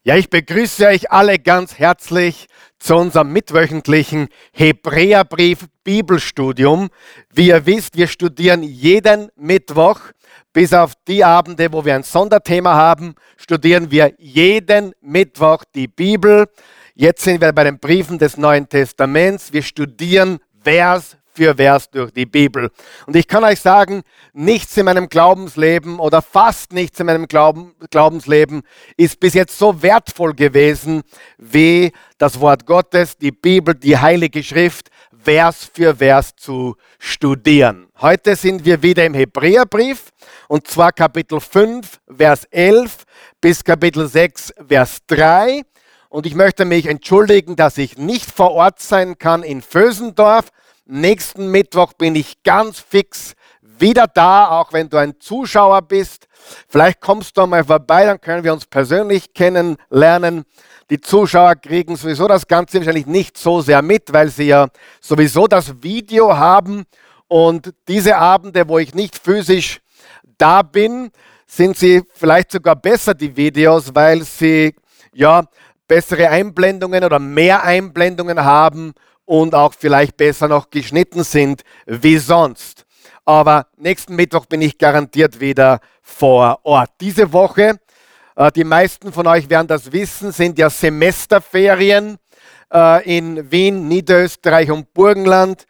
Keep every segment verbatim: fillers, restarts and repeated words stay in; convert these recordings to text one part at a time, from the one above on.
Ja, ich begrüße euch alle ganz herzlich zu unserem mitwöchentlichen Hebräerbrief Bibelstudium. Wie ihr wisst, wir studieren jeden Mittwoch, bis auf die Abende, wo wir ein Sonderthema haben, studieren wir jeden Mittwoch die Bibel. Jetzt sind wir bei den Briefen des Neuen Testaments. Wir studieren Vers für Vers durch die Bibel. Und ich kann euch sagen, nichts in meinem Glaubensleben oder fast nichts in meinem Glauben, Glaubensleben ist bis jetzt so wertvoll gewesen, wie das Wort Gottes, die Bibel, die Heilige Schrift, Vers für Vers zu studieren. Heute sind wir wieder im Hebräerbrief, und zwar Kapitel fünf, Vers elf bis Kapitel sechs, Vers drei. Und ich möchte mich entschuldigen, dass ich nicht vor Ort sein kann in Vösendorf. Nächsten Mittwoch bin ich ganz fix wieder da, auch wenn du ein Zuschauer bist. Vielleicht kommst du mal vorbei, dann können wir uns persönlich kennenlernen. Die Zuschauer kriegen sowieso das Ganze wahrscheinlich nicht so sehr mit, weil sie ja sowieso das Video haben. Und diese Abende, wo ich nicht physisch da bin, sind sie vielleicht sogar besser, die Videos, weil sie ja bessere Einblendungen oder mehr Einblendungen haben und auch vielleicht besser noch geschnitten sind wie sonst. Aber nächsten Mittwoch bin ich garantiert wieder vor Ort. Diese Woche, äh, die meisten von euch werden das wissen, sind ja Semesterferien äh, in Wien, Niederösterreich und Burgenland.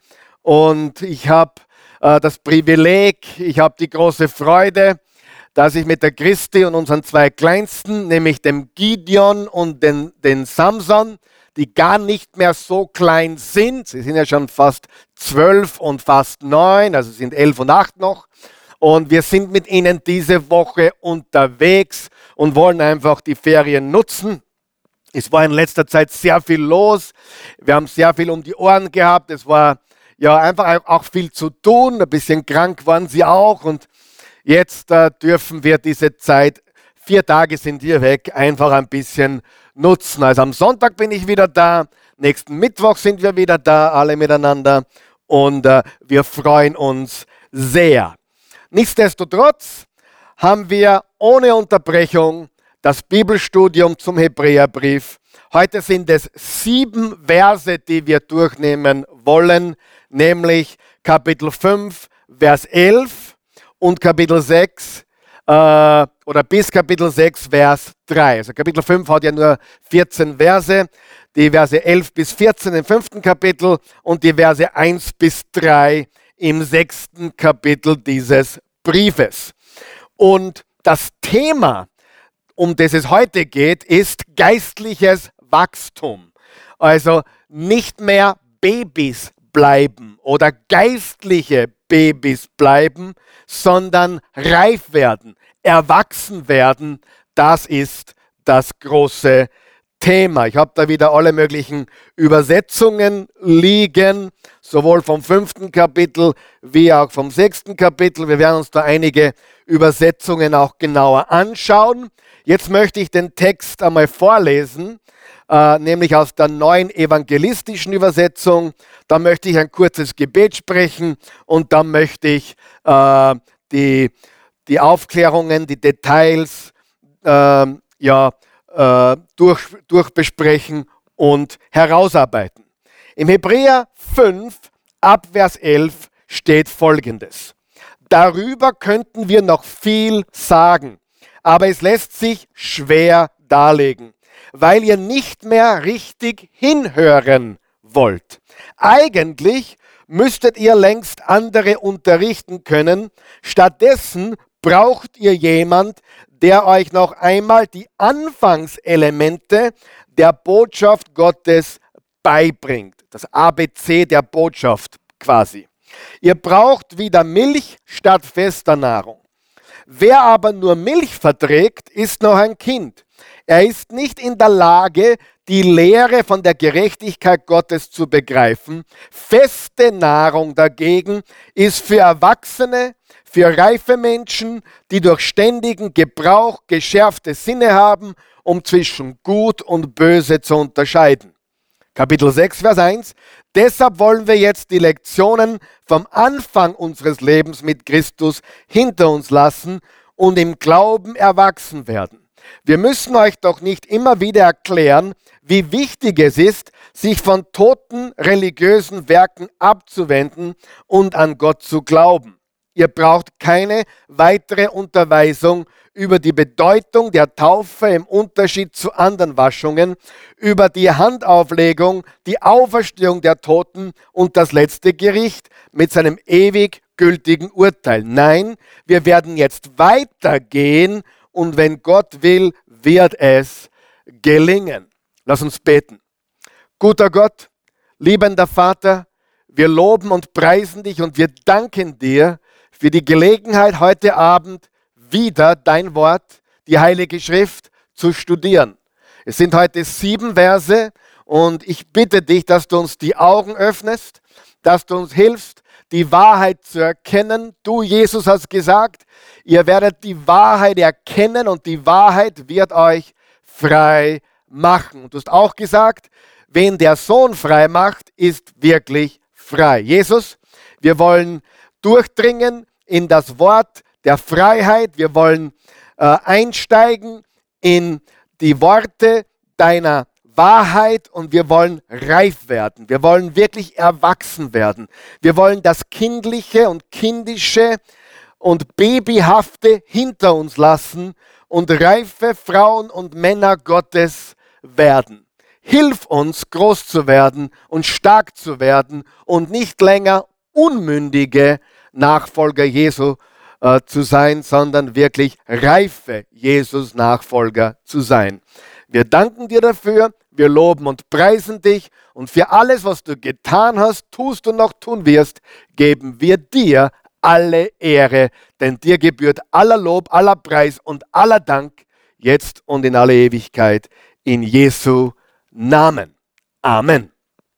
Und ich habe äh, das Privileg, ich habe die große Freude, dass ich mit der Christi und unseren zwei Kleinsten, nämlich dem Gideon und den, den Samson, die gar nicht mehr so klein sind. Sie sind ja schon fast zwölf und fast neun, also sind elf und acht noch. Und wir sind mit ihnen diese Woche unterwegs und wollen einfach die Ferien nutzen. Es war in letzter Zeit sehr viel los. Wir haben sehr viel um die Ohren gehabt. Es war ja einfach auch viel zu tun. Ein bisschen krank waren sie auch. Und jetzt äh, dürfen wir diese Zeit, vier Tage sind wir weg, einfach ein bisschen nutzen. Also am Sonntag bin ich wieder da, nächsten Mittwoch sind wir wieder da, alle miteinander, und äh, wir freuen uns sehr. Nichtsdestotrotz haben wir ohne Unterbrechung das Bibelstudium zum Hebräerbrief. Heute sind es sieben Verse, die wir durchnehmen wollen, nämlich Kapitel fünf, Vers elf und Kapitel sechs, äh, oder bis Kapitel sechs, Vers drei. Also Kapitel fünf hat ja nur vierzehn Verse, die Verse elf bis vierzehn im fünften Kapitel und die Verse eins bis drei im sechsten Kapitel dieses Briefes. Und das Thema, um das es heute geht, ist geistliches Wachstum. Also nicht mehr Babys bleiben oder geistliche Babys bleiben, sondern reif werden, erwachsen werden. Das ist das große Thema. Ich habe da wieder alle möglichen Übersetzungen liegen, sowohl vom fünften Kapitel wie auch vom sechsten Kapitel. Wir werden uns da einige Übersetzungen auch genauer anschauen. Jetzt möchte ich den Text einmal vorlesen, äh, nämlich aus der neuen evangelistischen Übersetzung. Da möchte ich ein kurzes Gebet sprechen und dann möchte ich äh, die, die Aufklärungen, die Details äh, ja, äh, durch, durchbesprechen und herausarbeiten. Im Hebräer fünf, ab Vers elf steht Folgendes. Darüber könnten wir noch viel sagen, aber es lässt sich schwer darlegen, weil ihr nicht mehr richtig hinhören wollt. Eigentlich müsstet ihr längst andere unterrichten können. Stattdessen braucht ihr jemand, der euch noch einmal die Anfangselemente der Botschaft Gottes beibringt. Das A B C der Botschaft quasi. Ihr braucht wieder Milch statt fester Nahrung. Wer aber nur Milch verträgt, ist noch ein Kind. Er ist nicht in der Lage, die Lehre von der Gerechtigkeit Gottes zu begreifen. Feste Nahrung dagegen ist für Erwachsene, für reife Menschen, die durch ständigen Gebrauch geschärfte Sinne haben, um zwischen Gut und Böse zu unterscheiden. Kapitel sechs, Vers eins. Deshalb wollen wir jetzt die Lektionen vom Anfang unseres Lebens mit Christus hinter uns lassen und im Glauben erwachsen werden. Wir müssen euch doch nicht immer wieder erklären, wie wichtig es ist, sich von toten religiösen Werken abzuwenden und an Gott zu glauben. Ihr braucht keine weitere Unterweisung über die Bedeutung der Taufe im Unterschied zu anderen Waschungen, über die Handauflegung, die Auferstehung der Toten und das letzte Gericht mit seinem ewig gültigen Urteil. Nein, wir werden jetzt weitergehen und wenn Gott will, wird es gelingen. Lass uns beten. Guter Gott, liebender Vater, wir loben und preisen dich und wir danken dir für die Gelegenheit, heute Abend wieder dein Wort, die Heilige Schrift, zu studieren. Es sind heute sieben Verse und ich bitte dich, dass du uns die Augen öffnest, dass du uns hilfst, die Wahrheit zu erkennen. Du, Jesus, hast gesagt, ihr werdet die Wahrheit erkennen und die Wahrheit wird euch frei machen. Und du hast auch gesagt, wen der Sohn frei macht, ist wirklich frei. Jesus, wir wollen durchdringen in das Wort der Freiheit. Wir wollen äh, einsteigen in die Worte deiner Wahrheit und wir wollen reif werden. Wir wollen wirklich erwachsen werden. Wir wollen das Kindliche und Kindische und Babyhafte hinter uns lassen und reife Frauen und Männer Gottes werden. Hilf uns, groß zu werden und stark zu werden und nicht länger unmündige Nachfolger Jesu äh, zu sein, sondern wirklich reife Jesus-Nachfolger zu sein. Wir danken dir dafür, wir loben und preisen dich und für alles, was du getan hast, tust und noch tun wirst, geben wir dir alle Ehre, denn dir gebührt aller Lob, aller Preis und aller Dank, jetzt und in alle Ewigkeit, in Jesu Namen. Amen.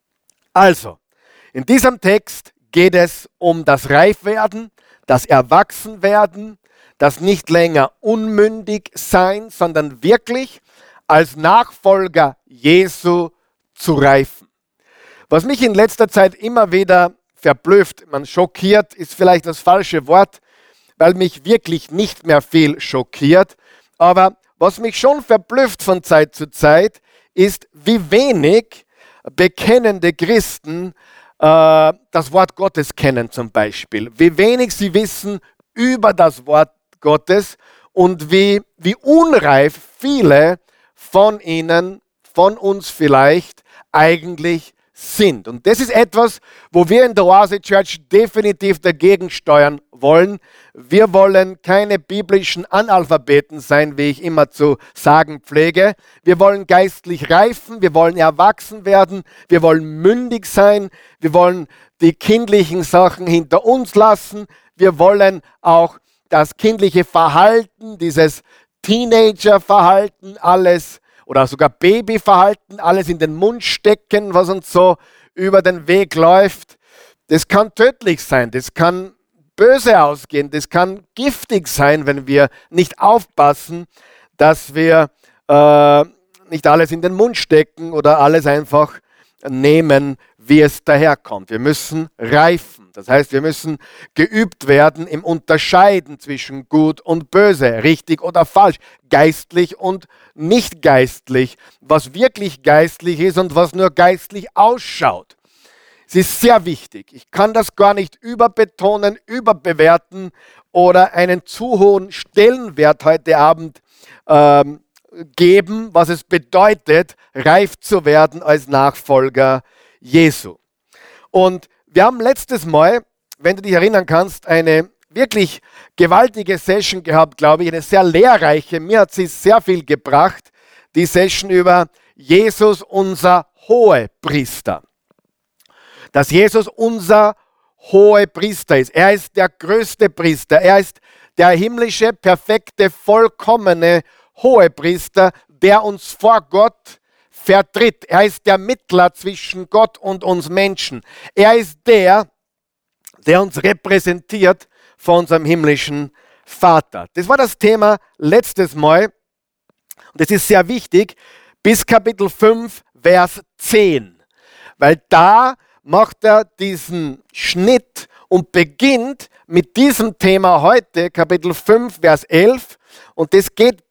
Also, in diesem Text geht es um das Reifwerden, das Erwachsenwerden, das nicht länger unmündig sein, sondern wirklich als Nachfolger Jesu zu reifen. Was mich in letzter Zeit immer wieder verblüfft, man schockiert, ist vielleicht das falsche Wort, weil mich wirklich nicht mehr viel schockiert, aber was mich schon verblüfft von Zeit zu Zeit, ist, wie wenig bekennende Christen äh, das Wort Gottes kennen zum Beispiel. Wie wenig sie wissen über das Wort Gottes und wie, wie unreif viele von ihnen, von uns vielleicht, eigentlich sind. Und das ist etwas, wo wir in der Oase Church definitiv dagegen steuern wollen. Wir wollen keine biblischen Analphabeten sein, wie ich immer zu sagen pflege. Wir wollen geistlich reifen, wir wollen erwachsen werden, wir wollen mündig sein, wir wollen die kindlichen Sachen hinter uns lassen, wir wollen auch das kindliche Verhalten, dieses Teenager-Verhalten, alles oder sogar Babyverhalten, alles in den Mund stecken, was uns so über den Weg läuft. Das kann tödlich sein, das kann böse ausgehen, das kann giftig sein, wenn wir nicht aufpassen, dass wir äh, nicht alles in den Mund stecken oder alles einfach nehmen, wie es daherkommt. Wir müssen reifen. Das heißt, wir müssen geübt werden im Unterscheiden zwischen gut und böse, richtig oder falsch, geistlich und nicht geistlich, was wirklich geistlich ist und was nur geistlich ausschaut. Es ist sehr wichtig. Ich kann das gar nicht überbetonen, überbewerten oder einen zu hohen Stellenwert heute Abend ähm, geben, was es bedeutet, reif zu werden als Nachfolger Jesu. Und wir haben letztes Mal, wenn du dich erinnern kannst, eine wirklich gewaltige Session gehabt, glaube ich, eine sehr lehrreiche. Mir hat sie sehr viel gebracht, die Session über Jesus, unser Hohepriester. Dass Jesus unser Hohepriester ist. Er ist der größte Priester. Er ist der himmlische, perfekte, vollkommene Hohepriester, der uns vor Gott vertritt. Er ist der Mittler zwischen Gott und uns Menschen. Er ist der, der uns repräsentiert vor unserem himmlischen Vater. Das war das Thema letztes Mal. Und das ist sehr wichtig, bis Kapitel fünf, Vers zehn. Weil da macht er diesen Schnitt und beginnt mit diesem Thema heute, Kapitel fünf, Vers elf. Und das geht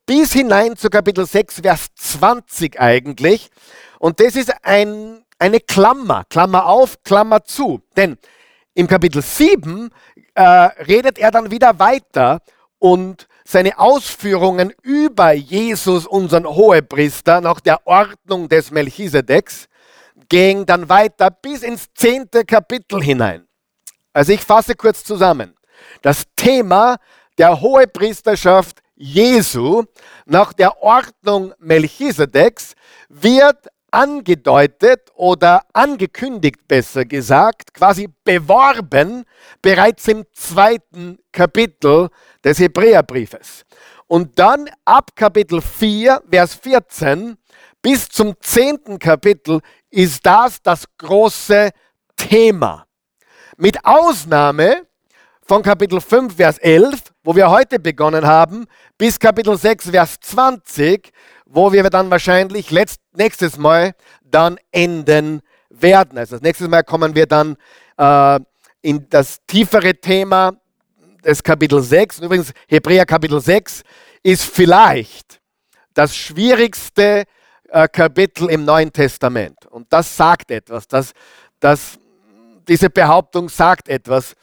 bis hinein zu Kapitel sechs, Vers zwanzig eigentlich. Und das ist ein, eine Klammer, Klammer auf, Klammer zu. Denn im Kapitel sieben äh, redet er dann wieder weiter und seine Ausführungen über Jesus, unseren Hohepriester, nach der Ordnung des Melchisedeks, gehen dann weiter bis ins zehnte Kapitel hinein. Also ich fasse kurz zusammen. Das Thema der Hohepriesterschaft Jesu nach der Ordnung Melchisedeks wird angedeutet oder angekündigt, besser gesagt, quasi beworben, bereits im zweiten Kapitel des Hebräerbriefes. Und dann ab Kapitel vier, Vers vierzehn bis zum zehnten Kapitel ist das das große Thema. Mit Ausnahme von Kapitel fünf, Vers elf, wo wir heute begonnen haben, bis Kapitel sechs, Vers zwanzig, wo wir dann wahrscheinlich letzt, nächstes Mal dann enden werden. Also das nächste Mal kommen wir dann äh, in das tiefere Thema des Kapitel sechs. Und übrigens, Hebräer Kapitel sechs ist vielleicht das schwierigste äh, Kapitel im Neuen Testament. Und das sagt etwas. Das, das, diese Behauptung sagt etwas.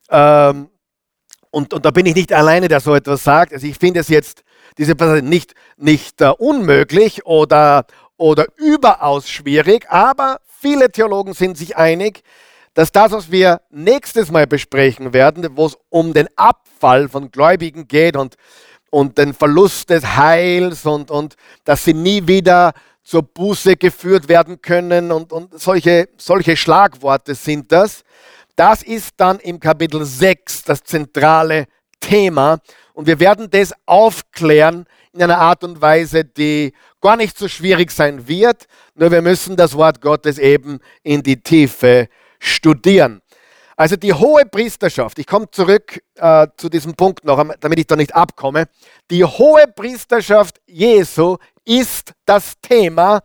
Ähm, und, und da bin ich nicht alleine, der so etwas sagt. Also ich finde es jetzt diese Passage nicht, nicht uh, unmöglich oder, oder überaus schwierig, aber viele Theologen sind sich einig, dass das, was wir nächstes Mal besprechen werden, wo es um den Abfall von Gläubigen geht und, und den Verlust des Heils und, und dass sie nie wieder zur Buße geführt werden können und, und solche, solche Schlagworte sind das. Das ist dann im Kapitel sechs das zentrale Thema und wir werden das aufklären in einer Art und Weise, die gar nicht so schwierig sein wird, nur wir müssen das Wort Gottes eben in die Tiefe studieren. Also die hohe Priesterschaft, ich komme zurück äh, zu diesem Punkt noch, damit ich da nicht abkomme, die hohe Priesterschaft Jesu ist das Thema,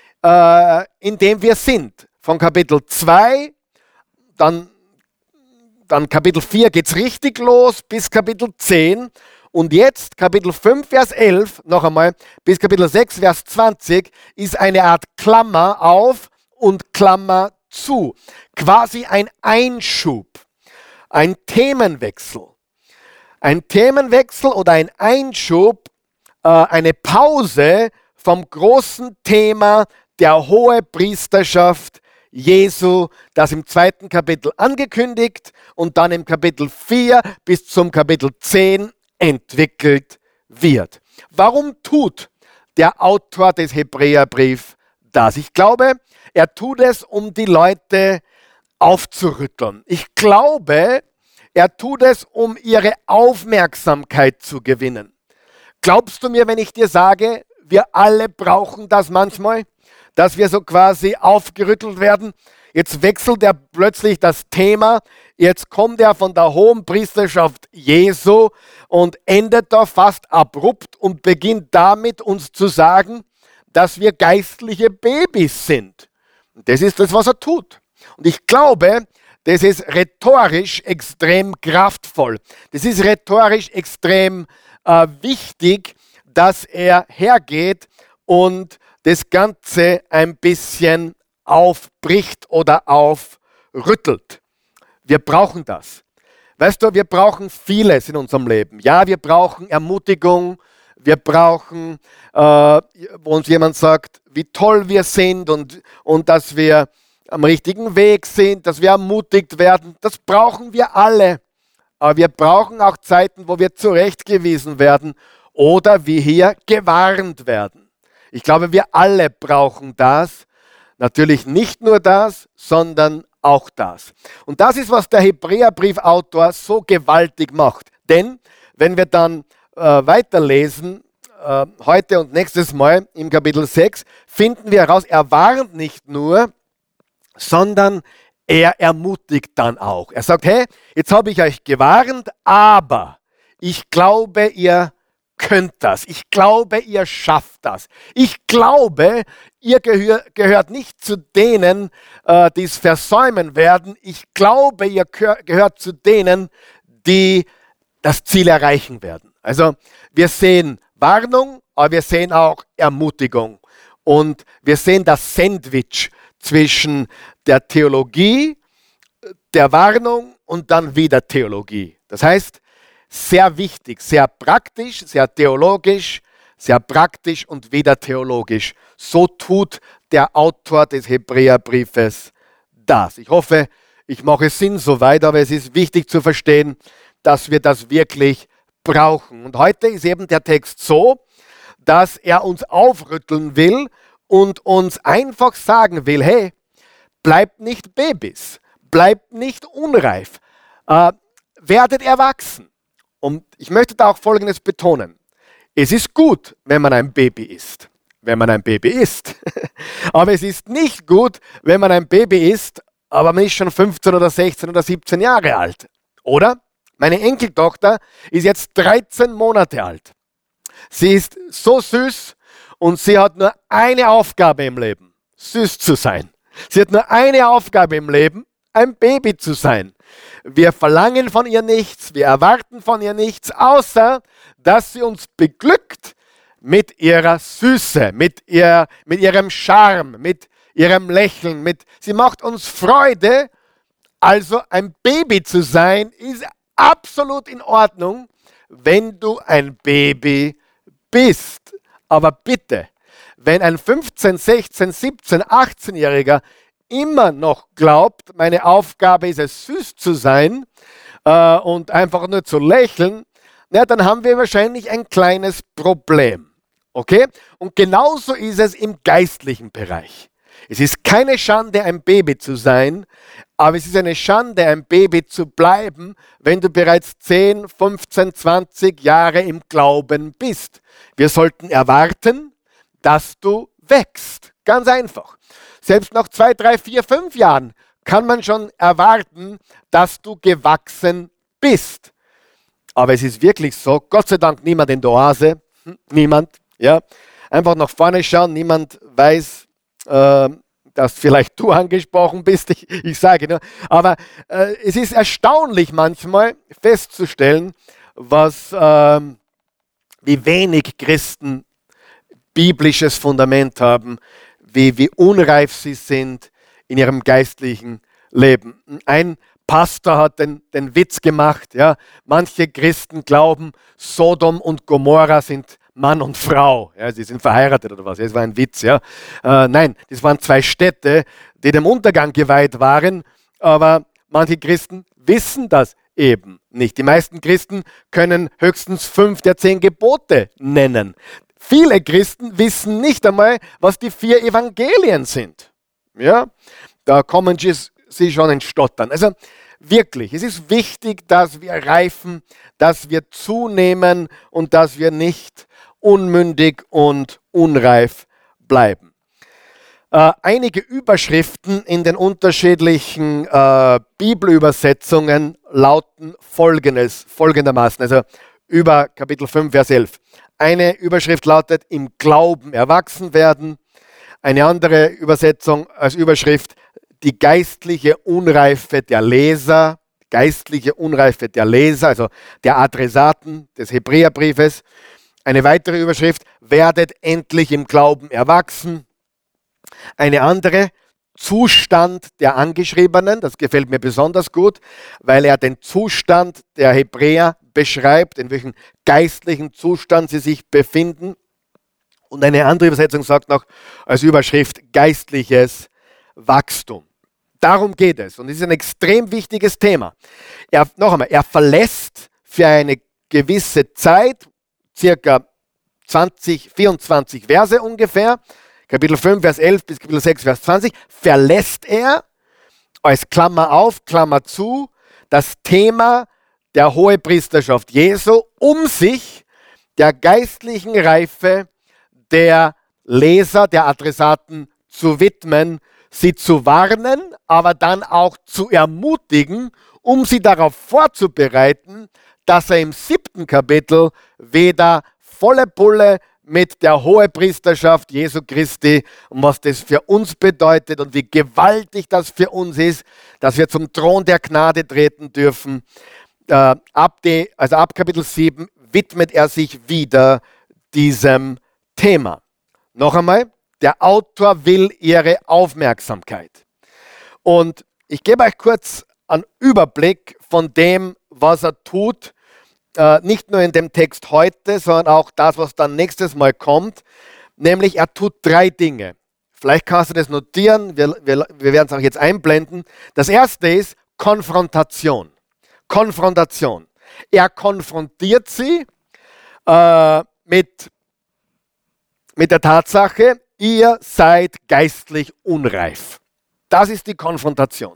äh, in dem wir sind. Von Kapitel zwei, dann Dann Kapitel vier geht es richtig los bis Kapitel zehn und jetzt Kapitel fünf, Vers elf, noch einmal, bis Kapitel sechs, Vers zwanzig ist eine Art Klammer auf und Klammer zu. Quasi ein Einschub, ein Themenwechsel. Ein Themenwechsel oder ein Einschub, äh, eine Pause vom großen Thema der Hohepriesterschaft Jesu, das im zweiten Kapitel angekündigt und dann im Kapitel vier bis zum Kapitel zehn entwickelt wird. Warum tut der Autor des Hebräerbriefs das? Ich glaube, er tut es, um die Leute aufzurütteln. Ich glaube, er tut es, um ihre Aufmerksamkeit zu gewinnen. Glaubst du mir, wenn ich dir sage, wir alle brauchen das manchmal? Dass wir so quasi aufgerüttelt werden. Jetzt wechselt er plötzlich das Thema. Jetzt kommt er von der hohen Priesterschaft Jesu und endet da fast abrupt und beginnt damit, uns zu sagen, dass wir geistliche Babys sind. Das ist das, was er tut. Und ich glaube, das ist rhetorisch extrem kraftvoll. Das ist rhetorisch extrem äh, wichtig, dass er hergeht und das Ganze ein bisschen aufbricht oder aufrüttelt. Wir brauchen das. Weißt du, wir brauchen vieles in unserem Leben. Ja, wir brauchen Ermutigung, wir brauchen, äh, wo uns jemand sagt, wie toll wir sind und, und dass wir am richtigen Weg sind, dass wir ermutigt werden. Das brauchen wir alle. Aber wir brauchen auch Zeiten, wo wir zurechtgewiesen werden oder wie hier gewarnt werden. Ich glaube, wir alle brauchen das. Natürlich nicht nur das, sondern auch das. Und das ist, was der Hebräerbriefautor so gewaltig macht. Denn wenn wir dann äh, weiterlesen, äh, heute und nächstes Mal im Kapitel sechs, finden wir heraus, er warnt nicht nur, sondern er ermutigt dann auch. Er sagt, hey, jetzt habe ich euch gewarnt, aber ich glaube, ihr könnt das. Ich glaube, ihr schafft das. Ich glaube, ihr gehör, gehört nicht zu denen, äh, die es versäumen werden. Ich glaube, ihr gehört zu denen, die das Ziel erreichen werden. Also wir sehen Warnung, aber wir sehen auch Ermutigung. Und wir sehen das Sandwich zwischen der Theologie, der Warnung und dann wieder Theologie. Das heißt, sehr wichtig, sehr praktisch, sehr theologisch, sehr praktisch und wieder theologisch. So tut der Autor des Hebräerbriefes das. Ich hoffe, ich mache Sinn soweit, aber es ist wichtig zu verstehen, dass wir das wirklich brauchen. Und heute ist eben der Text so, dass er uns aufrütteln will und uns einfach sagen will, hey, bleibt nicht Babys, bleibt nicht unreif, äh, werdet erwachsen. Und ich möchte da auch Folgendes betonen. Es ist gut, wenn man ein Baby ist, wenn man ein Baby ist. Aber es ist nicht gut, wenn man ein Baby ist, aber man ist schon fünfzehn oder sechzehn oder siebzehn Jahre alt. Oder? Meine Enkeltochter ist jetzt dreizehn Monate alt. Sie ist so süß und sie hat nur eine Aufgabe im Leben, süß zu sein. Sie hat nur eine Aufgabe im Leben, ein Baby zu sein. Wir verlangen von ihr nichts, wir erwarten von ihr nichts, außer dass sie uns beglückt mit ihrer Süße, mit, ihr, mit ihrem Charme, mit ihrem Lächeln. Mit, sie macht uns Freude. Also ein Baby zu sein, ist absolut in Ordnung, wenn du ein Baby bist. Aber bitte, wenn ein fünfzehn, sechzehn, siebzehn, achtzehnjähriger immer noch glaubt, meine Aufgabe ist es, süß zu sein äh, und einfach nur zu lächeln, na, dann haben wir wahrscheinlich ein kleines Problem. Okay? Und genauso ist es im geistlichen Bereich. Es ist keine Schande, ein Baby zu sein, aber es ist eine Schande, ein Baby zu bleiben, wenn du bereits zehn, fünfzehn, zwanzig Jahre im Glauben bist. Wir sollten erwarten, dass du wächst. Ganz einfach. Selbst nach zwei, drei, vier, fünf Jahren kann man schon erwarten, dass du gewachsen bist. Aber es ist wirklich so, Gott sei Dank niemand in der Oase, hm, niemand, ja. Einfach nach vorne schauen, niemand weiß, äh, dass vielleicht du angesprochen bist, ich, ich sage nur. Aber äh, es ist erstaunlich manchmal festzustellen, was, äh, wie wenig Christen biblisches Fundament haben, wie, wie unreif sie sind in ihrem geistlichen Leben. Ein Pastor hat den, den Witz gemacht, ja, manche Christen glauben, Sodom und Gomorra sind Mann und Frau, ja, sie sind verheiratet oder was, das war ein Witz. Ja. Äh, nein, das waren zwei Städte, die dem Untergang geweiht waren, aber manche Christen wissen das eben nicht. Die meisten Christen können höchstens fünf der zehn Gebote nennen. Viele Christen wissen nicht einmal, was die vier Evangelien sind. Ja, da kommen sie schon ins Stottern. Also wirklich, es ist wichtig, dass wir reifen, dass wir zunehmen und dass wir nicht unmündig und unreif bleiben. Äh, einige Überschriften in den unterschiedlichen äh, Bibelübersetzungen lauten folgendes, folgendermaßen, also über Kapitel fünf, Vers elf. Eine Überschrift lautet, im Glauben erwachsen werden. Eine andere Übersetzung als Überschrift, die geistliche Unreife der Leser, geistliche Unreife der Leser, also der Adressaten des Hebräerbriefes. Eine weitere Überschrift, werdet endlich im Glauben erwachsen. Eine andere, Zustand der Angeschriebenen, das gefällt mir besonders gut, weil er den Zustand der Hebräer beschreibt, in welchem geistlichen Zustand sie sich befinden. Und eine andere Übersetzung sagt noch als Überschrift geistliches Wachstum. Darum geht es und es ist ein extrem wichtiges Thema. Er, noch einmal, er verlässt für eine gewisse Zeit, circa zwanzig, vierundzwanzig Verse ungefähr, Kapitel fünf, Vers elf bis Kapitel sechs, Vers zwanzig, verlässt er als Klammer auf, Klammer zu, das Thema der Hohepriesterschaft Jesu, um sich der geistlichen Reife der Leser, der Adressaten zu widmen, sie zu warnen, aber dann auch zu ermutigen, um sie darauf vorzubereiten, dass er im siebten Kapitel weder volle Pulle mit der Hohepriesterschaft Jesu Christi und was das für uns bedeutet und wie gewaltig das für uns ist, dass wir zum Thron der Gnade treten dürfen. Äh, ab die, also ab Kapitel sieben widmet er sich wieder diesem Thema. Noch einmal, der Autor will ihre Aufmerksamkeit. Und ich gebe euch kurz einen Überblick von dem, was er tut, äh, nicht nur in dem Text heute, sondern auch das, was dann nächstes Mal kommt. Nämlich, er tut drei Dinge. Vielleicht kannst du das notieren, wir, wir, wir werden es auch jetzt einblenden. Das erste ist Konfrontation. Konfrontation. Er konfrontiert sie äh, mit, mit der Tatsache, ihr seid geistlich unreif. Das ist die Konfrontation.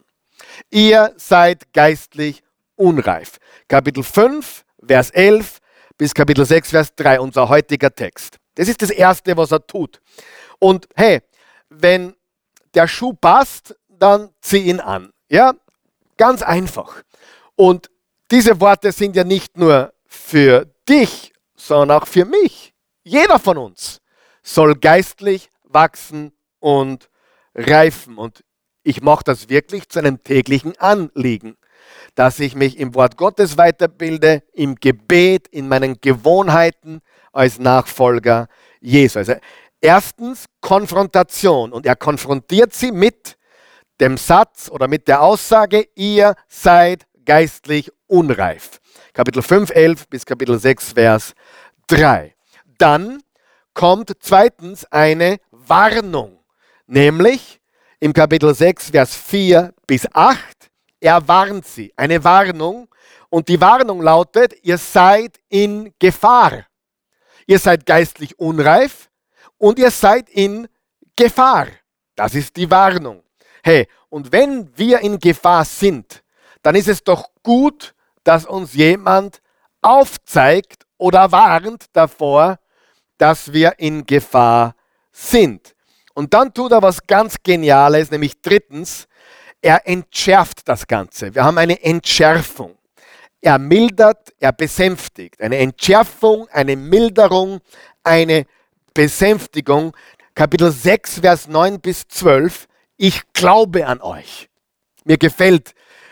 Ihr seid geistlich unreif. Kapitel fünf, Vers elf bis Kapitel sechs, Vers drei, unser heutiger Text. Das ist das Erste, was er tut. Und hey, wenn der Schuh passt, dann zieh ihn an. Ja, ganz einfach. Und diese Worte sind ja nicht nur für dich, sondern auch für mich. Jeder von uns soll geistlich wachsen und reifen. Und ich mache das wirklich zu einem täglichen Anliegen, dass ich mich im Wort Gottes weiterbilde, im Gebet, in meinen Gewohnheiten als Nachfolger Jesu. Also erstens Konfrontation, und er konfrontiert sie mit dem Satz oder mit der Aussage, ihr seid geistlich unreif. Kapitel fünf, elf bis Kapitel sechs, Vers drei. Dann kommt zweitens eine Warnung, nämlich im Kapitel sechs, Vers vier bis acht. Er warnt sie, eine Warnung, und die Warnung lautet, ihr seid in Gefahr. Ihr seid geistlich unreif und ihr seid in Gefahr. Das ist die Warnung. Hey, und wenn wir in Gefahr sind, dann ist es doch gut, dass uns jemand aufzeigt oder warnt davor, dass wir in Gefahr sind. Und dann tut er was ganz Geniales, nämlich drittens, er entschärft das Ganze. Wir haben eine Entschärfung. Er mildert, er besänftigt. Eine Entschärfung, eine Milderung, eine Besänftigung. Kapitel sechs, Vers neun bis zwölf. Ich glaube an euch. Mir gefällt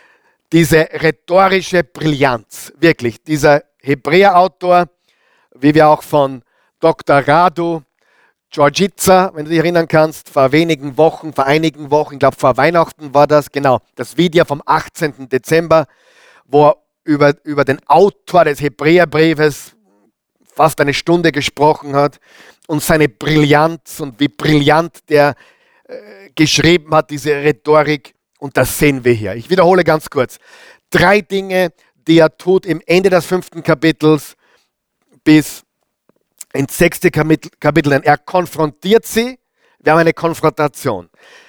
diese rhetorische Brillanz. Wirklich, dieser Hebräerautor, wie wir auch von Doktor Radu Georgica, wenn du dich erinnern kannst, vor wenigen Wochen, vor einigen Wochen, ich glaube vor Weihnachten war das, genau, das Video vom achtzehnten Dezember, wo er über, über den Autor des Hebräerbriefes fast eine Stunde gesprochen hat und seine Brillanz und wie brillant der äh, geschrieben hat, diese Rhetorik, und das sehen wir hier. Ich wiederhole ganz kurz. Drei Dinge, die er tut im Ende des fünften Kapitels bis ins sechste Kapitel. Er konfrontiert sie, wir haben eine Konfrontation.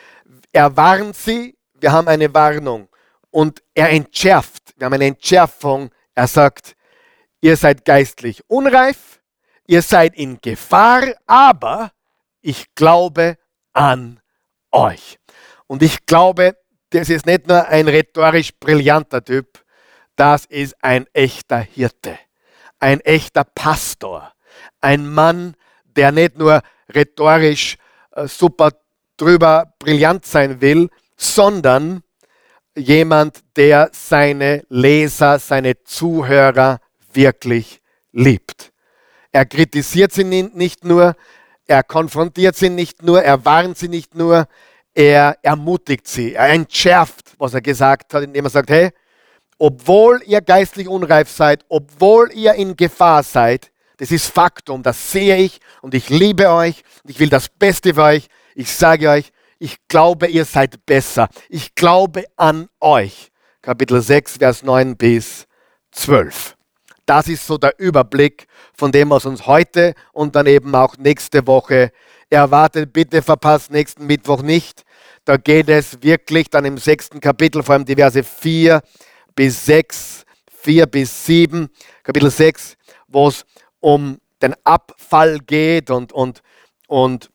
Er warnt sie, wir haben eine Warnung. Und er entschärft, wir haben eine Entschärfung. Er sagt, ihr seid geistlich unreif, ihr seid in Gefahr, aber ich glaube an euch. Und ich glaube, das ist nicht nur ein rhetorisch brillanter Typ, das ist ein echter Hirte, ein echter Pastor. Ein Mann, der nicht nur rhetorisch äh, super drüber brillant sein will, sondern jemand, der seine Leser, seine Zuhörer wirklich liebt. Er kritisiert sie nicht nur, er konfrontiert sie nicht nur, er warnt sie nicht nur, er ermutigt sie, er entschärft, was er gesagt hat, indem er sagt, hey, obwohl ihr geistlich unreif seid, obwohl ihr in Gefahr seid, das ist Faktum, das sehe ich und ich liebe euch und ich will das Beste für euch. Ich sage euch, ich glaube, ihr seid besser. Ich glaube an euch. Kapitel sechs, Vers neun bis zwölf. Das ist so der Überblick von dem, was uns heute und dann eben auch nächste Woche erwartet. Bitte verpasst nächsten Mittwoch nicht. Da geht es wirklich dann im sechsten Kapitel, vor allem die Verse vier bis sechs, vier bis sieben, Kapitel sechs, wo es um den Abfall geht und, und, und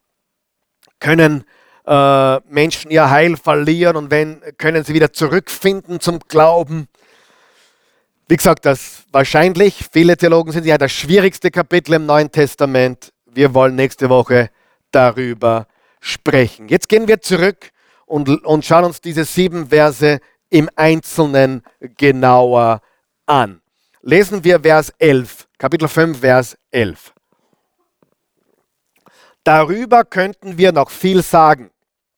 können äh, Menschen ihr Heil verlieren und wenn, können sie wieder zurückfinden zum Glauben. Wie gesagt, das wahrscheinlich, viele Theologen sind ja das schwierigste Kapitel im Neuen Testament. Wir wollen nächste Woche darüber sprechen. Jetzt gehen wir zurück und, und schauen uns diese sieben Verse im Einzelnen genauer an. Lesen wir Vers elf, Kapitel fünf, Vers elf. Darüber könnten wir noch viel sagen.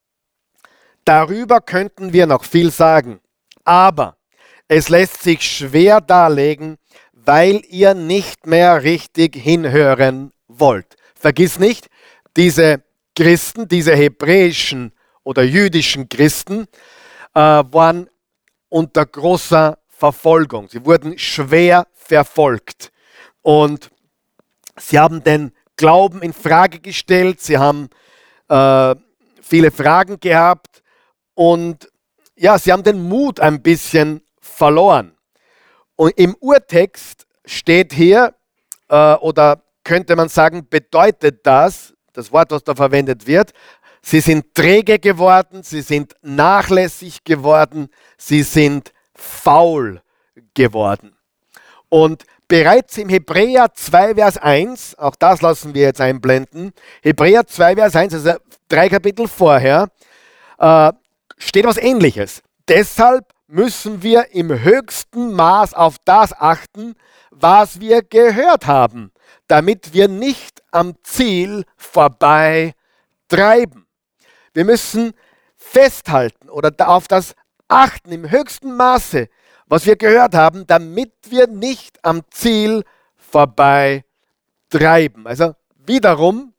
Darüber könnten wir noch viel sagen. Aber es lässt sich schwer darlegen, weil ihr nicht mehr richtig hinhören wollt. Vergiss nicht, diese Christen, diese hebräischen oder jüdischen Christen, äh, waren unter großer Verfolgung. Sie wurden schwer verfolgt. Und sie haben den Glauben in Frage gestellt, sie haben äh, viele Fragen gehabt und ja, sie haben den Mut ein bisschen verloren. Und im Urtext steht hier, äh, oder könnte man sagen, bedeutet das, das Wort, was da verwendet wird, sie sind träge geworden, sie sind nachlässig geworden, sie sind faul geworden. Und bereits im Hebräer zwei, Vers eins, auch das lassen wir jetzt einblenden, Hebräer zwei, Vers eins, also drei Kapitel vorher, äh, steht was Ähnliches. Deshalb müssen wir im höchsten Maß auf das achten, was wir gehört haben, damit wir nicht am Ziel vorbei treiben. Wir müssen festhalten oder auf das achten im höchsten Maße, was wir gehört haben, damit wir nicht am Ziel vorbei treiben. Also wiederum,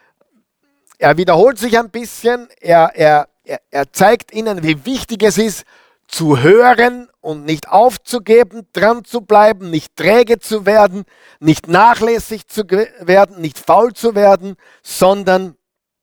er wiederholt sich ein bisschen, er, er, er, er zeigt ihnen, wie wichtig es ist, zu hören und nicht aufzugeben, dran zu bleiben, nicht träge zu werden, nicht nachlässig zu werden, nicht faul zu werden, sondern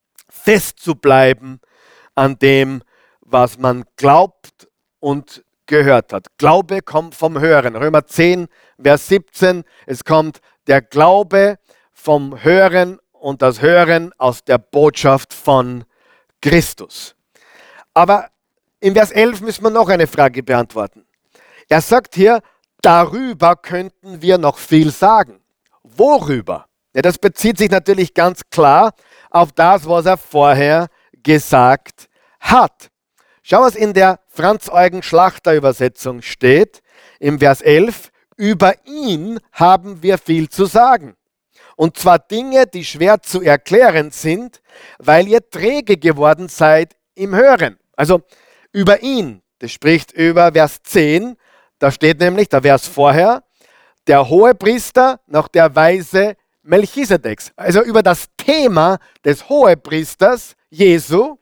fest zu bleiben an dem, was man glaubt und gehört hat. Glaube kommt vom Hören. Römer zehn, Vers siebzehn, es kommt der Glaube vom Hören und das Hören aus der Botschaft von Christus. Aber in Vers elf müssen wir noch eine Frage beantworten. Er sagt hier, darüber könnten wir noch viel sagen. Worüber? Ja, das bezieht sich natürlich ganz klar auf das, was er vorher gesagt hat. Schau, was in der Franz-Eugen-Schlachter-Übersetzung steht, im Vers elf. Über ihn haben wir viel zu sagen. Und zwar Dinge, die schwer zu erklären sind, weil ihr träge geworden seid im Hören. Also über ihn, das spricht über Vers zehn, da steht nämlich, der Vers vorher, der Hohepriester nach der Weise Melchisedeks. Also über das Thema des Hohepriesters Jesu,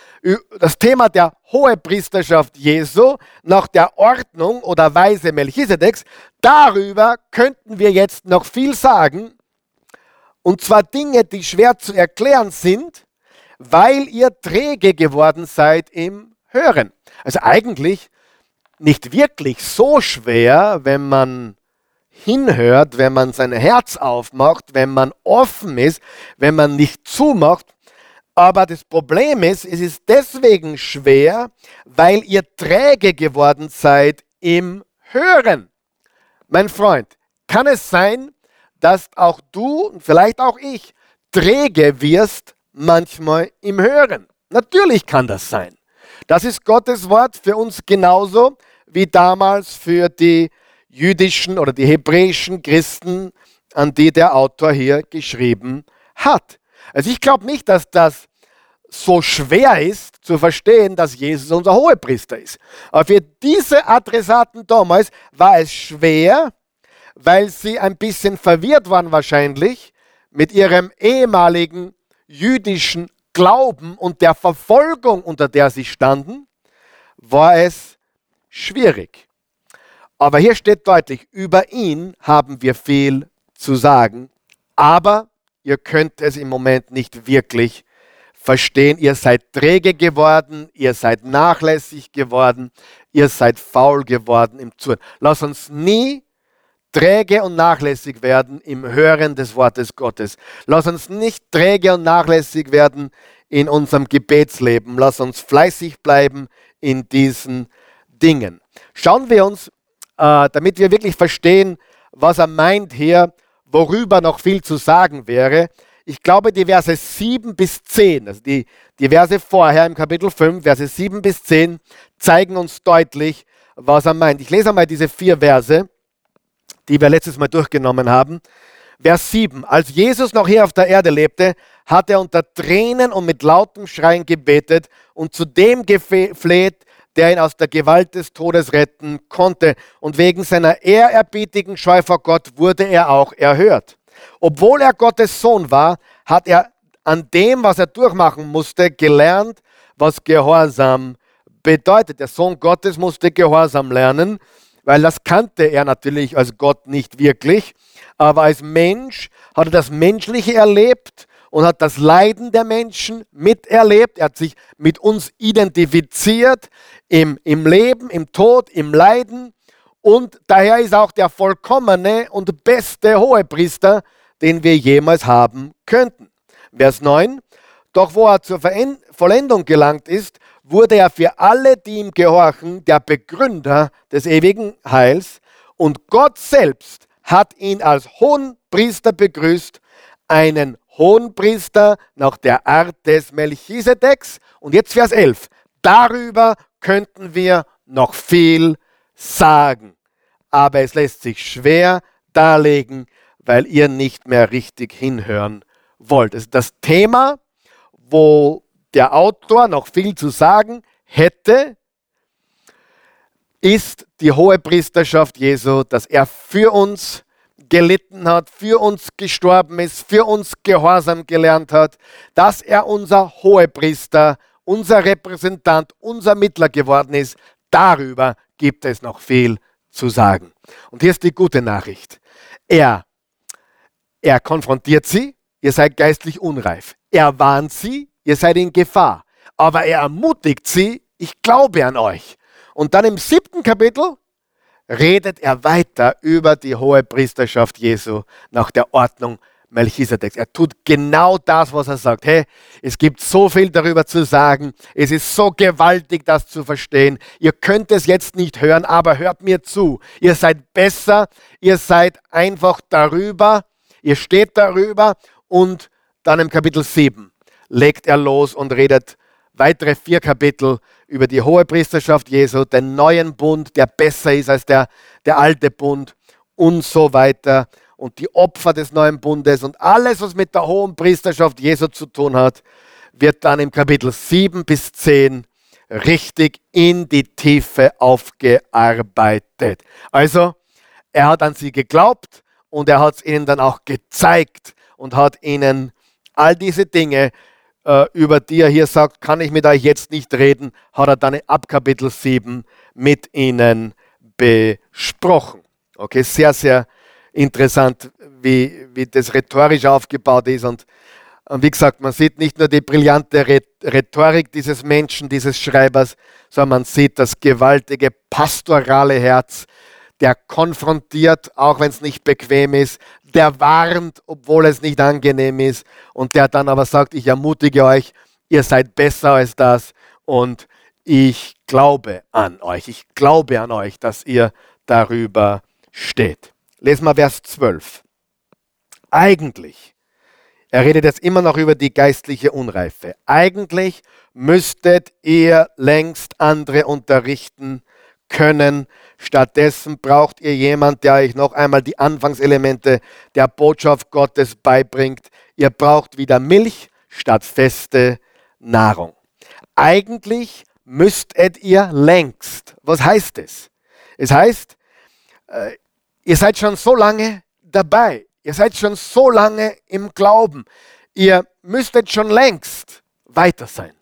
das Thema der Hohepriesterschaft Jesu nach der Ordnung oder Weise Melchisedeks, darüber könnten wir jetzt noch viel sagen, und zwar Dinge, die schwer zu erklären sind, weil ihr träge geworden seid im Hören. Also eigentlich nicht wirklich so schwer, wenn man hinhört, wenn man sein Herz aufmacht, wenn man offen ist, wenn man nicht zumacht. Aber das Problem ist, es ist deswegen schwer, weil ihr träge geworden seid im Hören. Mein Freund, kann es sein, dass auch du und vielleicht auch ich träge wirst manchmal im Hören? Natürlich kann das sein. Das ist Gottes Wort für uns genauso wie damals für die jüdischen oder die hebräischen Christen, an die der Autor hier geschrieben hat. Also ich glaube nicht, dass das so schwer ist zu verstehen, dass Jesus unser Hohepriester ist. Aber für diese Adressaten damals war es schwer, weil sie ein bisschen verwirrt waren wahrscheinlich mit ihrem ehemaligen jüdischen Glauben und der Verfolgung, unter der sie standen, war es schwierig. Aber hier steht deutlich, über ihn haben wir viel zu sagen, aber ihr könnt es im Moment nicht wirklich verstehen. Ihr seid träge geworden, ihr seid nachlässig geworden, ihr seid faul geworden im Zuhören. Lass uns nie träge und nachlässig werden im Hören des Wortes Gottes. Lass uns nicht träge und nachlässig werden in unserem Gebetsleben. Lass uns fleißig bleiben in diesen Dingen. Schauen wir uns, äh, damit wir wirklich verstehen, was er meint hier, worüber noch viel zu sagen wäre. Ich glaube, die Verse sieben bis zehn, also die, die Verse vorher im Kapitel fünf, Verse sieben bis zehn, zeigen uns deutlich, was er meint. Ich lese einmal diese vier Verse, die wir letztes Mal durchgenommen haben. Vers sieben. Als Jesus noch hier auf der Erde lebte, hat er unter Tränen und mit lautem Schreien gebetet und zu dem gefleht, der ihn aus der Gewalt des Todes retten konnte. Und wegen seiner ehrerbietigen Scheu vor Gott wurde er auch erhört. Obwohl er Gottes Sohn war, hat er an dem, was er durchmachen musste, gelernt, was Gehorsam bedeutet. Der Sohn Gottes musste Gehorsam lernen, weil das kannte er natürlich als Gott nicht wirklich. Aber als Mensch hat er das Menschliche erlebt und hat das Leiden der Menschen miterlebt. Er hat sich mit uns identifiziert im, im Leben, im Tod, im Leiden. Und daher ist auch der vollkommene und beste Hohepriester, den wir jemals haben könnten. Vers neun. Doch wo er zur Vollendung gelangt ist, wurde er für alle, die ihm gehorchen, der Begründer des ewigen Heils. Und Gott selbst hat ihn als Hohenpriester begrüßt, einen Hohenpriester nach der Art des Melchisedeks. Und jetzt Vers elf. Darüber könnten wir noch viel sagen. Aber es lässt sich schwer darlegen, weil ihr nicht mehr richtig hinhören wollt. Das ist das Thema, wo der Autor noch viel zu sagen hätte, ist die Hohepriesterschaft Jesu, dass er für uns gelitten hat, für uns gestorben ist, für uns Gehorsam gelernt hat, dass er unser Hohepriester, unser Repräsentant, unser Mittler geworden ist. Darüber gibt es noch viel zu sagen. Und hier ist die gute Nachricht. Er, er konfrontiert sie, ihr seid geistlich unreif. Er warnt sie, ihr seid in Gefahr. Aber er ermutigt sie, ich glaube an euch. Und dann im siebten Kapitel redet er weiter über die Hohepriesterschaft Jesu nach der Ordnung Melchisedeks. Er tut genau das, was er sagt. Hey, es gibt so viel darüber zu sagen. Es ist so gewaltig, das zu verstehen. Ihr könnt es jetzt nicht hören, aber hört mir zu. Ihr seid besser. Ihr seid einfach darüber. Ihr steht darüber. Und dann im Kapitel sieben legt er los und redet weitere vier Kapitel über die Hohepriesterschaft Jesu, den neuen Bund, der besser ist als der, der alte Bund und so weiter. Und die Opfer des neuen Bundes und alles, was mit der Hohenpriesterschaft Jesu zu tun hat, wird dann im Kapitel sieben bis zehn richtig in die Tiefe aufgearbeitet. Also, er hat an sie geglaubt und er hat es ihnen dann auch gezeigt und hat ihnen all diese Dinge, äh, über die er hier sagt, kann ich mit euch jetzt nicht reden, hat er dann ab Kapitel sieben mit ihnen besprochen. Okay, sehr, sehr interessant, wie, wie das rhetorisch aufgebaut ist. Und, und wie gesagt, man sieht nicht nur die brillante Rhetorik dieses Menschen, dieses Schreibers, sondern man sieht das gewaltige pastorale Herz, der konfrontiert, auch wenn es nicht bequem ist, der warnt, obwohl es nicht angenehm ist und der dann aber sagt, ich ermutige euch, ihr seid besser als das und ich glaube an euch, ich glaube an euch, dass ihr darüber steht. Lesen wir Vers zwölf. Eigentlich, er redet jetzt immer noch über die geistliche Unreife, eigentlich müsstet ihr längst andere unterrichten können. Stattdessen braucht ihr jemanden, der euch noch einmal die Anfangselemente der Botschaft Gottes beibringt. Ihr braucht wieder Milch statt feste Nahrung. Eigentlich müsstet ihr längst. Was heißt es? Es heißt, äh, ihr seid schon so lange dabei. Ihr seid schon so lange im Glauben. Ihr müsstet schon längst weiter sein.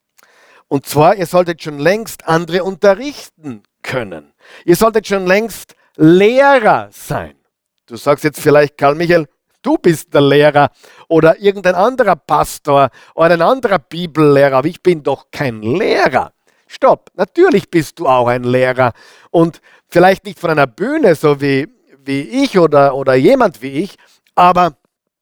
Und zwar, ihr solltet schon längst andere unterrichten können. Ihr solltet schon längst Lehrer sein. Du sagst jetzt vielleicht, Karl Michael, du bist der Lehrer oder irgendein anderer Pastor oder ein anderer Bibellehrer, aber ich bin doch kein Lehrer. Stopp, natürlich bist du auch ein Lehrer und vielleicht nicht von einer Bühne, so wie, wie ich oder, oder jemand wie ich, aber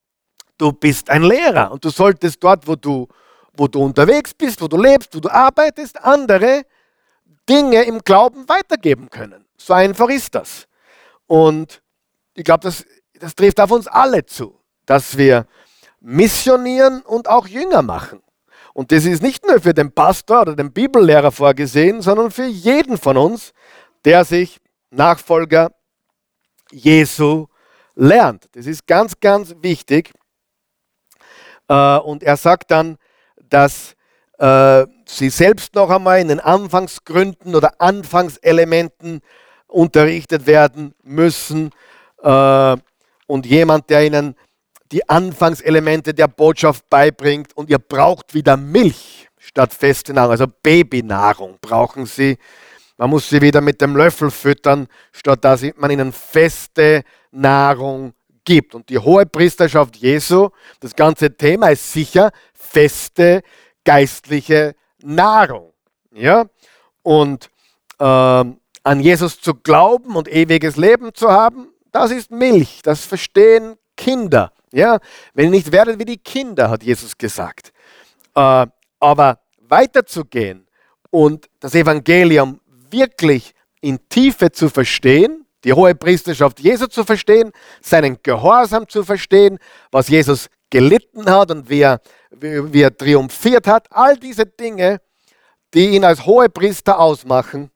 du bist ein Lehrer und du solltest dort, wo du, wo du unterwegs bist, wo du lebst, wo du arbeitest, andere Dinge im Glauben weitergeben können. So einfach ist das. Und ich glaube, das, das trifft auf uns alle zu, dass wir missionieren und auch Jünger machen. Und das ist nicht nur für den Pastor oder den Bibellehrer vorgesehen, sondern für jeden von uns, der sich Nachfolger Jesu lernt. Das ist ganz, ganz wichtig. Äh, und er sagt dann, dass äh, sie selbst noch einmal in den Anfangsgründen oder Anfangselementen unterrichtet werden müssen. Äh, und jemand, der ihnen die Anfangselemente der Botschaft beibringt, und ihr braucht wieder Milch statt feste Nahrung, also Babynahrung brauchen sie. Man muss sie wieder mit dem Löffel füttern, statt dass man ihnen feste Nahrung gibt. Und die Hohepriesterschaft Jesu, das ganze Thema ist sicher feste geistliche Nahrung. Ja? Und ähm, an Jesus zu glauben und ewiges Leben zu haben, das ist Milch, das verstehen Kinder. Ja? Wenn ihr nicht werdet wie die Kinder, hat Jesus gesagt. Äh, aber weiterzugehen und das Evangelium wirklich in Tiefe zu verstehen, die Hohepriesterschaft Jesu zu verstehen, seinen Gehorsam zu verstehen, was Jesus gelitten hat und wie er, wie, wie er triumphiert hat, all diese Dinge, die ihn als Hohepriester ausmachen,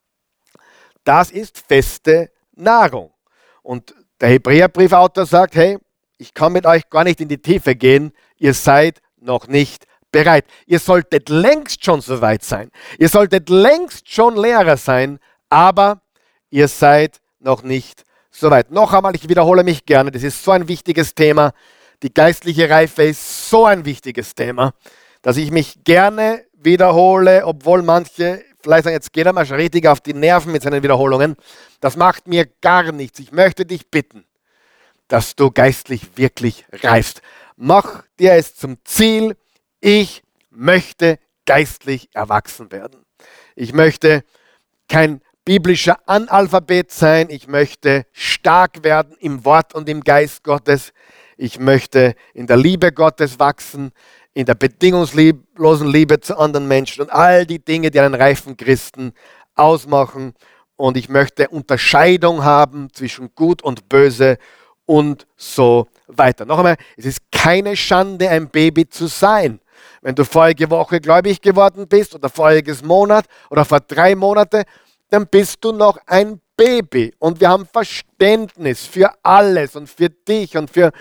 das ist feste Nahrung. Und der Hebräerbriefautor sagt, hey, ich kann mit euch gar nicht in die Tiefe gehen, ihr seid noch nicht bereit. Ihr solltet längst schon so weit sein. Ihr solltet längst schon Lehrer sein, aber ihr seid noch nicht so weit. Noch einmal, ich wiederhole mich gerne, das ist so ein wichtiges Thema. Die geistliche Reife ist so ein wichtiges Thema, dass ich mich gerne wiederhole, obwohl manche vielleicht sagen, jetzt geht er mal schon richtig auf die Nerven mit seinen Wiederholungen. Das macht mir gar nichts. Ich möchte dich bitten, dass du geistlich wirklich reifst. Mach dir es zum Ziel, ich möchte geistlich erwachsen werden. Ich möchte kein biblischer Analphabet sein. Ich möchte stark werden im Wort und im Geist Gottes. Ich möchte in der Liebe Gottes wachsen, in der bedingungslosen Liebe zu anderen Menschen und all die Dinge, die einen reifen Christen ausmachen. Und ich möchte Unterscheidung haben zwischen Gut und Böse und so weiter. Noch einmal, es ist keine Schande, ein Baby zu sein. Wenn du vorige Woche gläubig geworden bist oder voriges Monat oder vor drei Monaten, dann bist du noch ein Baby. Und wir haben Verständnis für alles und für dich und für,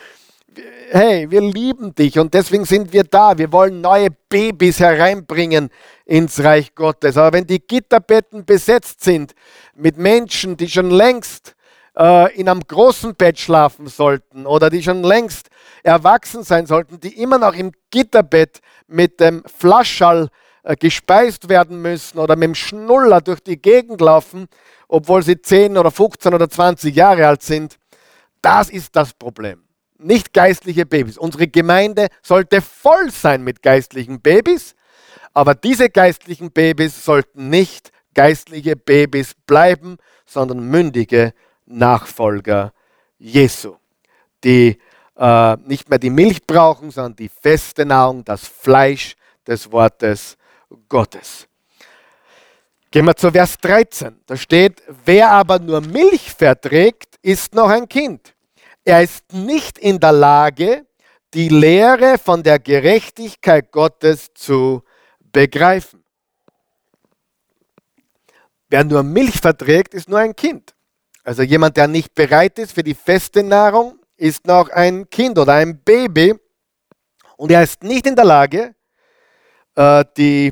hey, wir lieben dich und deswegen sind wir da. Wir wollen neue Babys hereinbringen ins Reich Gottes. Aber wenn die Gitterbetten besetzt sind mit Menschen, die schon längst äh, in einem großen Bett schlafen sollten oder die schon längst erwachsen sein sollten, die immer noch im Gitterbett mit dem Flaschall äh, gespeist werden müssen oder mit dem Schnuller durch die Gegend laufen, obwohl sie zehn oder fünfzehn oder zwanzig Jahre alt sind, das ist das Problem. Nicht geistliche Babys. Unsere Gemeinde sollte voll sein mit geistlichen Babys, aber diese geistlichen Babys sollten nicht geistliche Babys bleiben, sondern mündige Nachfolger Jesu, die äh, nicht mehr die Milch brauchen, sondern die feste Nahrung, das Fleisch des Wortes Gottes. Gehen wir zu Vers dreizehn. Da steht, wer aber nur Milch verträgt, ist noch ein Kind. Er ist nicht in der Lage, die Lehre von der Gerechtigkeit Gottes zu begreifen. Wer nur Milch verträgt, ist nur ein Kind. Also jemand, der nicht bereit ist für die feste Nahrung, ist noch ein Kind oder ein Baby. Und er ist nicht in der Lage, äh, die,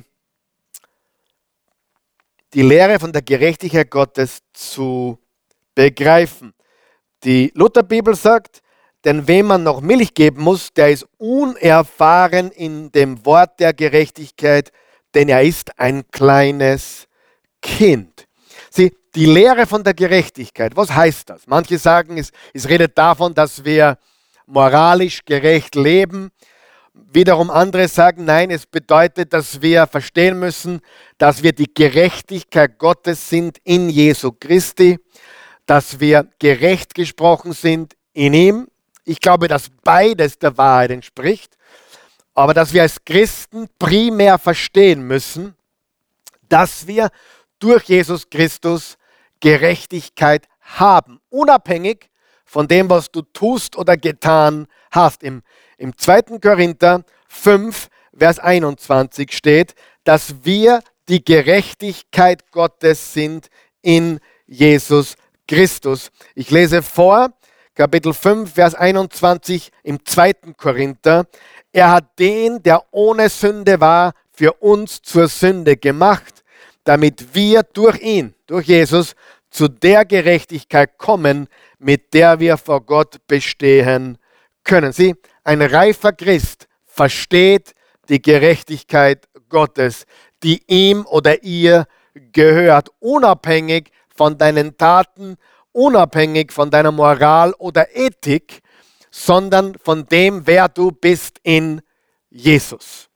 die Lehre von der Gerechtigkeit Gottes zu begreifen. Die Lutherbibel sagt, denn wem man noch Milch geben muss, der ist unerfahren in dem Wort der Gerechtigkeit, denn er ist ein kleines Kind. Sieh, die Lehre von der Gerechtigkeit, was heißt das? Manche sagen, es, es redet davon, dass wir moralisch gerecht leben. Wiederum andere sagen, nein, es bedeutet, dass wir verstehen müssen, dass wir die Gerechtigkeit Gottes sind in Jesu Christi, dass wir gerecht gesprochen sind in ihm. Ich glaube, dass beides der Wahrheit entspricht, aber dass wir als Christen primär verstehen müssen, dass wir durch Jesus Christus Gerechtigkeit haben, unabhängig von dem, was du tust oder getan hast. Im, im zweiten Korinther fünf, Vers einundzwanzig steht, dass wir die Gerechtigkeit Gottes sind in Jesus Christus. Ich lese vor, Kapitel fünf, Vers einundzwanzig im zweiten Korinther. Er hat den, der ohne Sünde war, für uns zur Sünde gemacht, damit wir durch ihn, durch Jesus, zu der Gerechtigkeit kommen, mit der wir vor Gott bestehen können. Sie, ein reifer Christ versteht die Gerechtigkeit Gottes, die ihm oder ihr gehört, unabhängig von deinen Taten, unabhängig von deiner Moral oder Ethik, sondern von dem, wer du bist in Jesus.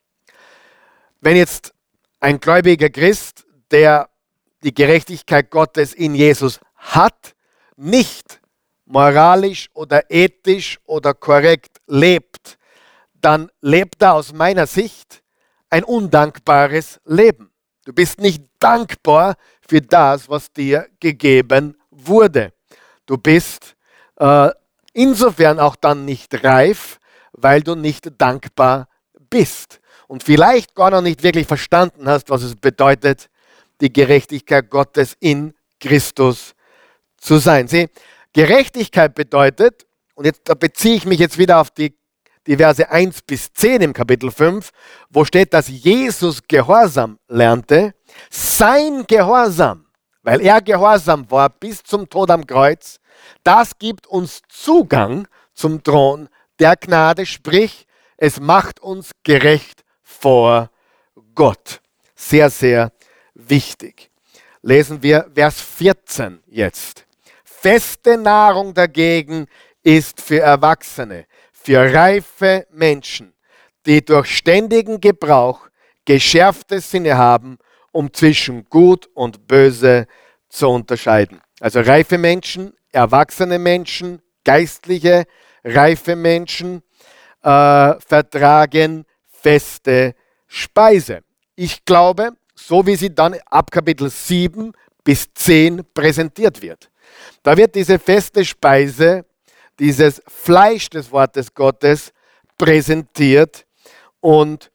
Wenn jetzt ein gläubiger Christ, der die Gerechtigkeit Gottes in Jesus hat, nicht moralisch oder ethisch oder korrekt lebt, dann lebt er aus meiner Sicht ein undankbares Leben. Du bist nicht dankbar für das, was dir gegeben wurde. Du bist äh, insofern auch dann nicht reif, weil du nicht dankbar bist. Und vielleicht gar noch nicht wirklich verstanden hast, was es bedeutet, die Gerechtigkeit Gottes in Christus zu sein. Sieh, Gerechtigkeit bedeutet, und jetzt da beziehe ich mich jetzt wieder auf die, die Verse eins bis zehn im Kapitel fünf, wo steht, dass Jesus Gehorsam lernte. Sein Gehorsam, weil er gehorsam war bis zum Tod am Kreuz, das gibt uns Zugang zum Thron der Gnade, sprich, es macht uns gerecht vor Gott. Sehr, sehr wichtig. Lesen wir Vers vierzehn jetzt. Feste Nahrung dagegen ist für Erwachsene, für reife Menschen, die durch ständigen Gebrauch geschärfte Sinne haben, um zwischen Gut und Böse zu unterscheiden. Also reife Menschen, erwachsene Menschen, geistliche, reife Menschen äh, vertragen feste Speise. Ich glaube, so wie sie dann ab Kapitel sieben bis zehn präsentiert wird. Da wird diese feste Speise, dieses Fleisch des Wortes Gottes präsentiert und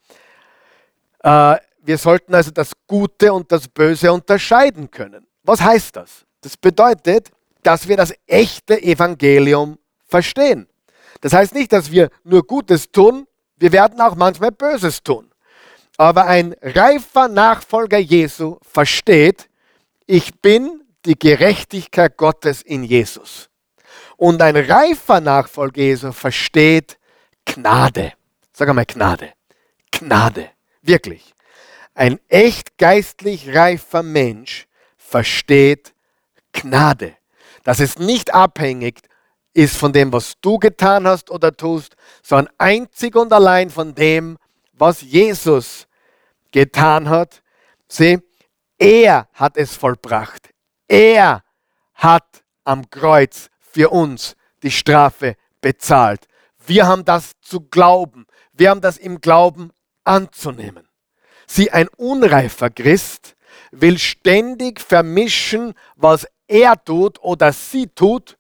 äh, wir sollten also das Gute und das Böse unterscheiden können. Was heißt das? Das bedeutet, dass wir das echte Evangelium verstehen. Das heißt nicht, dass wir nur Gutes tun, wir werden auch manchmal Böses tun. Aber ein reifer Nachfolger Jesu versteht, ich bin die Gerechtigkeit Gottes in Jesus. Und ein reifer Nachfolger Jesu versteht Gnade. Sag einmal Gnade. Gnade. Wirklich. Ein echt geistlich reifer Mensch versteht Gnade. Dass es nicht abhängig ist von dem, was du getan hast oder tust, sondern einzig und allein von dem, was Jesus getan hat. Sieh, er hat es vollbracht. Er hat am Kreuz für uns die Strafe bezahlt. Wir haben das zu glauben. Wir haben das im Glauben anzunehmen. Sieh, ein unreifer Christ will ständig vermischen, was er tut oder sie tut,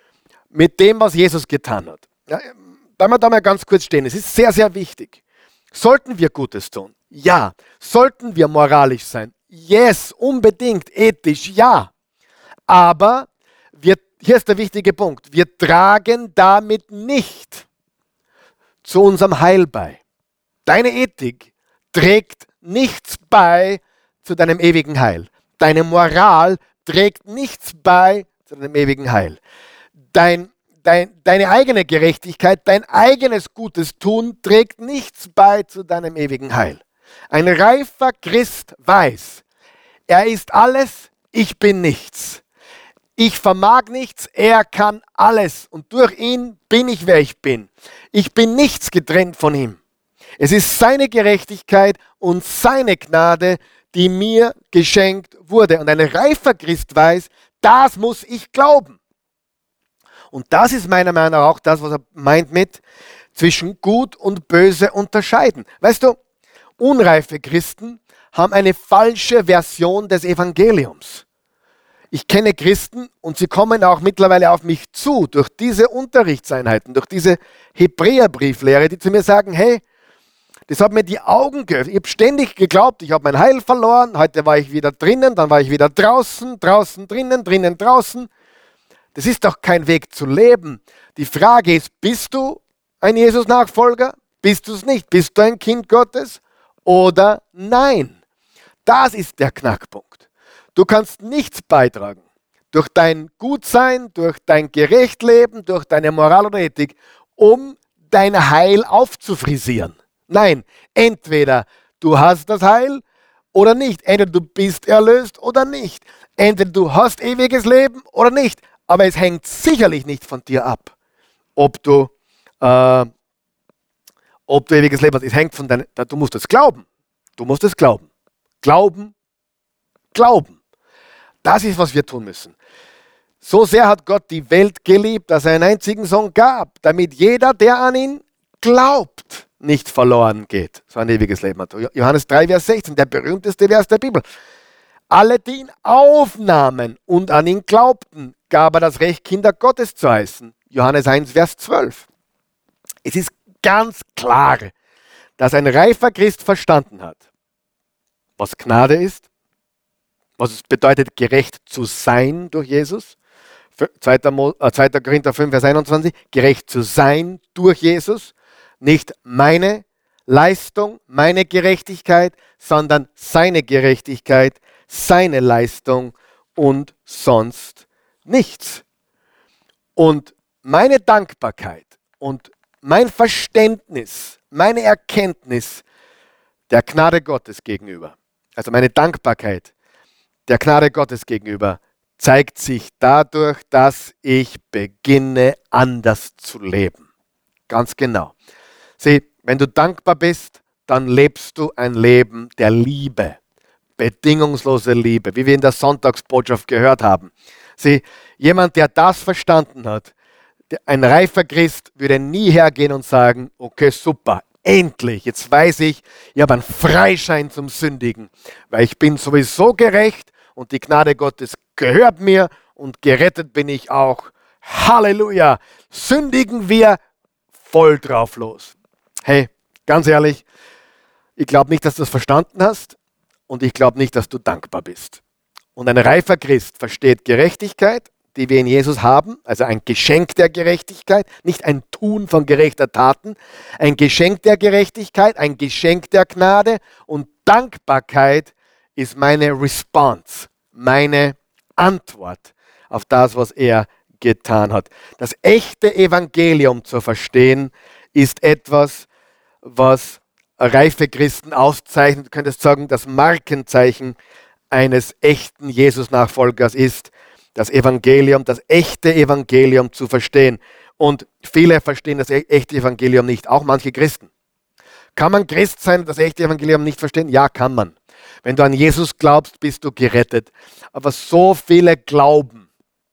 mit dem, was Jesus getan hat. Ja, bleiben wir da mal ganz kurz stehen. Es ist sehr, sehr wichtig. Sollten wir Gutes tun? Ja. Sollten wir moralisch sein? Yes, unbedingt. Ethisch? Ja. Aber wir, hier ist der wichtige Punkt. Wir tragen damit nicht zu unserem Heil bei. Deine Ethik trägt nichts bei zu deinem ewigen Heil. Deine Moral trägt nichts bei zu deinem ewigen Heil. Dein, dein, deine eigene Gerechtigkeit, dein eigenes gutes Tun trägt nichts bei zu deinem ewigen Heil. Ein reifer Christ weiß, er ist alles, ich bin nichts. Ich vermag nichts, er kann alles und durch ihn bin ich, wer ich bin. Ich bin nichts getrennt von ihm. Es ist seine Gerechtigkeit und seine Gnade, die mir geschenkt wurde. Und ein reifer Christ weiß, das muss ich glauben. Und das ist meiner Meinung nach auch das, was er meint mit zwischen Gut und Böse unterscheiden. Weißt du, unreife Christen haben eine falsche Version des Evangeliums. Ich kenne Christen und sie kommen auch mittlerweile auf mich zu durch diese Unterrichtseinheiten, durch diese Hebräerbrieflehre, die zu mir sagen, hey, das hat mir die Augen geöffnet. Ich habe ständig geglaubt, ich habe mein Heil verloren. Heute war ich wieder drinnen, dann war ich wieder draußen, draußen, drinnen, drinnen, draußen. Das ist doch kein Weg zu leben. Die Frage ist, bist du ein Jesus-Nachfolger? bist du es nicht? Bist du ein Kind Gottes oder nein? Das ist der Knackpunkt. Du kannst nichts beitragen. Durch dein Gutsein, durch dein Gerechtleben, durch deine Moral oder Ethik, um dein Heil aufzufrisieren. Nein, entweder du hast das Heil oder nicht. Entweder du bist erlöst oder nicht. Entweder du hast ewiges Leben oder nicht. Aber es hängt sicherlich nicht von dir ab, ob du, äh, ob du ewiges Leben hast. Es hängt von deinem, du musst es glauben. Du musst es glauben. Glauben, glauben. Das ist, was wir tun müssen. So sehr hat Gott die Welt geliebt, dass er einen einzigen Sohn gab, damit jeder, der an ihn glaubt, nicht verloren geht, so ein ewiges Leben hat. Johannes drei, Vers sechzehn, der berühmteste Vers der Bibel. Alle, die ihn aufnahmen und an ihn glaubten, gab er das Recht, Kinder Gottes zu heißen. Johannes eins, Vers zwölf. Es ist ganz klar, dass ein reifer Christ verstanden hat, was Gnade ist, was es bedeutet, gerecht zu sein durch Jesus. zweiter Korinther fünf, Vers einundzwanzig, gerecht zu sein durch Jesus. Nicht meine Leistung, meine Gerechtigkeit, sondern seine Gerechtigkeit, seine Leistung und sonst nichts. Und meine Dankbarkeit und mein Verständnis, meine Erkenntnis der Gnade Gottes gegenüber, also meine Dankbarkeit der Gnade Gottes gegenüber, zeigt sich dadurch, dass ich beginne, anders zu leben. Ganz genau. Sieh, wenn du dankbar bist, dann lebst du ein Leben der Liebe, bedingungslose Liebe, wie wir in der Sonntagsbotschaft gehört haben. Sieh, jemand, der das verstanden hat, ein reifer Christ würde nie hergehen und sagen, okay, super, endlich, jetzt weiß ich, ich habe einen Freischein zum Sündigen, weil ich bin sowieso gerecht und die Gnade Gottes gehört mir und gerettet bin ich auch. Halleluja! Sündigen wir voll drauf los. Hey, ganz ehrlich, ich glaube nicht, dass du das verstanden hast und ich glaube nicht, dass du dankbar bist. Und ein reifer Christ versteht Gerechtigkeit, die wir in Jesus haben, also ein Geschenk der Gerechtigkeit, nicht ein Tun von gerechter Taten, ein Geschenk der Gerechtigkeit, ein Geschenk der Gnade und Dankbarkeit ist meine Response, meine Antwort auf das, was er getan hat. Das echte Evangelium zu verstehen, ist etwas, was reife Christen auszeichnet. Du könntest sagen, das Markenzeichen eines echten Jesus-Nachfolgers ist, das Evangelium, das echte Evangelium zu verstehen. Und viele verstehen das echte Evangelium nicht, auch manche Christen. Kann man Christ sein und das echte Evangelium nicht verstehen? Ja, kann man. Wenn du an Jesus glaubst, bist du gerettet. Aber so viele glauben.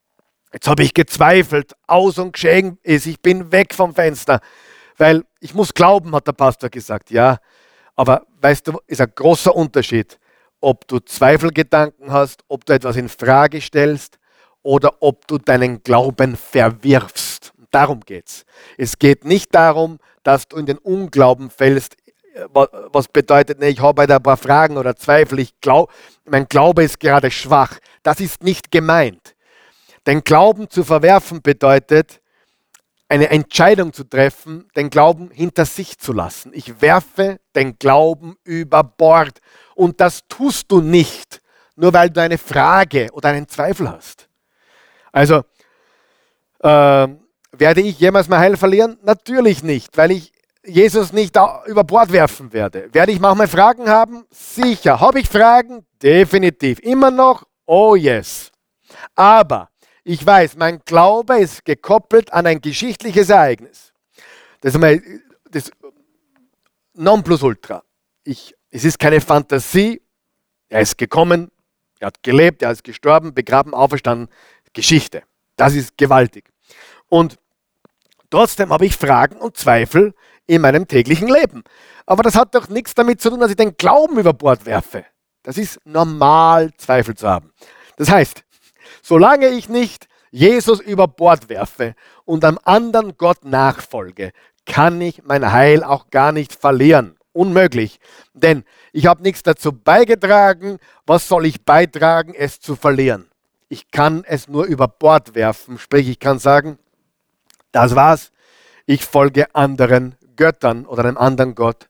Jetzt habe ich gezweifelt, aus und geschehen ist, ich bin weg vom Fenster. Weil ich muss glauben, hat der Pastor gesagt. Ja, aber weißt du, ist ein großer Unterschied, ob du Zweifelgedanken hast, ob du etwas in Frage stellst oder ob du deinen Glauben verwirfst. Darum geht's. Es geht nicht darum, dass du in den Unglauben fällst, was bedeutet, ne, ich habe halt ein paar Fragen oder Zweifel, ich glaub, mein Glaube ist gerade schwach. Das ist nicht gemeint. Den Glauben zu verwerfen bedeutet, eine Entscheidung zu treffen, den Glauben hinter sich zu lassen. Ich werfe den Glauben über Bord. Und das tust du nicht, nur weil du eine Frage oder einen Zweifel hast. Also, äh, werde ich jemals mein Heil verlieren? Natürlich nicht, weil ich Jesus nicht über Bord werfen werde. Werde ich manchmal Fragen haben? Sicher. Habe ich Fragen? Definitiv. Immer noch? Oh yes. Aber ich weiß, mein Glaube ist gekoppelt an ein geschichtliches Ereignis. Das ist mal das Nonplusultra. Ich, es ist keine Fantasie. Er ist gekommen, er hat gelebt, er ist gestorben, begraben, auferstanden. Geschichte. Das ist gewaltig. Und trotzdem habe ich Fragen und Zweifel in meinem täglichen Leben. Aber das hat doch nichts damit zu tun, dass ich den Glauben über Bord werfe. Das ist normal, Zweifel zu haben. Das heißt, solange ich nicht Jesus über Bord werfe und einem anderen Gott nachfolge, kann ich mein Heil auch gar nicht verlieren. Unmöglich. Denn ich habe nichts dazu beigetragen. Was soll ich beitragen, es zu verlieren? Ich kann es nur über Bord werfen. Sprich, ich kann sagen, das war's. Ich folge anderen Göttern oder einem anderen Gott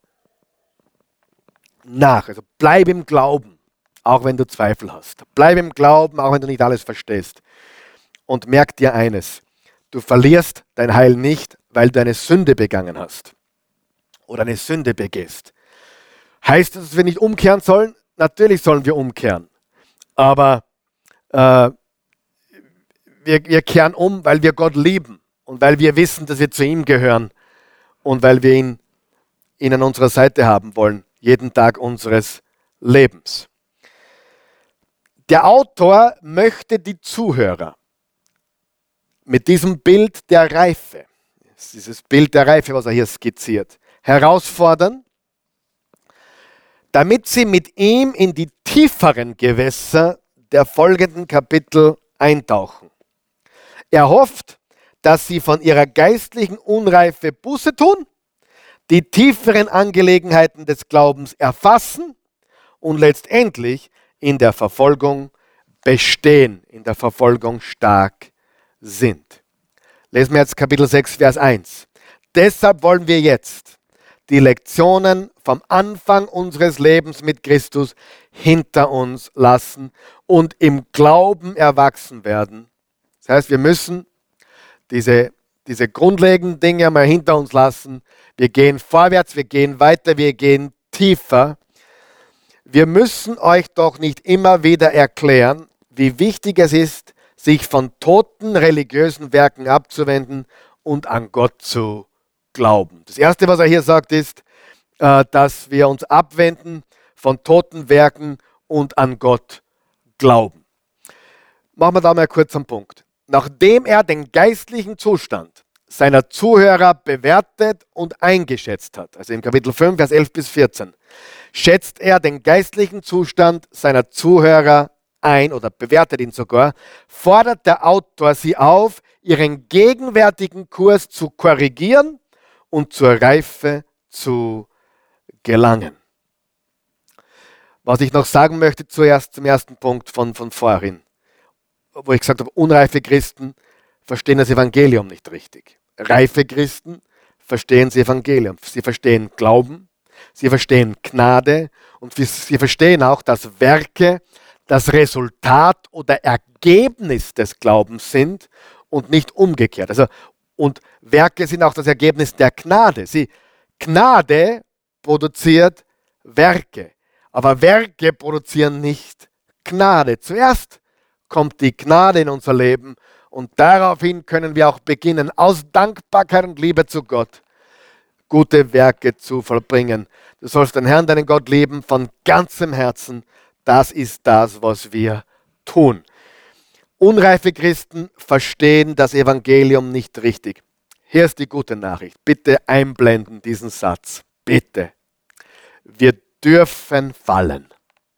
nach. Also bleib im Glauben, auch wenn du Zweifel hast. Bleib im Glauben, auch wenn du nicht alles verstehst. Und merk dir eines, du verlierst dein Heil nicht, weil du eine Sünde begangen hast oder eine Sünde begehst. Heißt das, dass wir nicht umkehren sollen? Natürlich sollen wir umkehren. Aber äh, wir, wir kehren um, weil wir Gott lieben und weil wir wissen, dass wir zu ihm gehören und weil wir ihn, ihn an unserer Seite haben wollen, jeden Tag unseres Lebens. Der Autor möchte die Zuhörer mit diesem Bild der Reife, dieses Bild der Reife, was er hier skizziert, herausfordern, damit sie mit ihm in die tieferen Gewässer der folgenden Kapitel eintauchen. Er hofft, dass sie von ihrer geistlichen Unreife Buße tun, die tieferen Angelegenheiten des Glaubens erfassen und letztendlich in der Verfolgung bestehen, in der Verfolgung stark sind. Lesen wir jetzt Kapitel sechs, Vers eins. Deshalb wollen wir jetzt die Lektionen vom Anfang unseres Lebens mit Christus hinter uns lassen und im Glauben erwachsen werden. Das heißt, wir müssen diese, diese grundlegenden Dinge mal hinter uns lassen. Wir gehen vorwärts, wir gehen weiter, wir gehen tiefer. Wir müssen euch doch nicht immer wieder erklären, wie wichtig es ist, sich von toten religiösen Werken abzuwenden und an Gott zu glauben. Das Erste, was er hier sagt, ist, dass wir uns abwenden von toten Werken und an Gott glauben. Machen wir da mal kurz einen Punkt. Nachdem er den geistlichen Zustand seiner Zuhörer bewertet und eingeschätzt hat, also im Kapitel fünf, Vers elf bis vierzehn, schätzt er den geistlichen Zustand seiner Zuhörer ein oder bewertet ihn sogar, fordert der Autor sie auf, ihren gegenwärtigen Kurs zu korrigieren und zur Reife zu gelangen. Was ich noch sagen möchte zuerst zum ersten Punkt von, von vorhin, wo ich gesagt habe, unreife Christen verstehen das Evangelium nicht richtig. Reife Christen verstehen das Evangelium. Sie verstehen Glauben, sie verstehen Gnade und sie verstehen auch, dass Werke das Resultat oder Ergebnis des Glaubens sind und nicht umgekehrt. Also, und Werke sind auch das Ergebnis der Gnade. Sie, Gnade produziert Werke, aber Werke produzieren nicht Gnade. Zuerst kommt die Gnade in unser Leben und daraufhin können wir auch beginnen, aus Dankbarkeit und Liebe zu Gott gute Werke zu vollbringen. Du sollst den Herrn, deinen Gott lieben von ganzem Herzen. Das ist das, was wir tun. Unreife Christen verstehen das Evangelium nicht richtig. Hier ist die gute Nachricht. Bitte einblenden diesen Satz. Bitte. Wir dürfen fallen.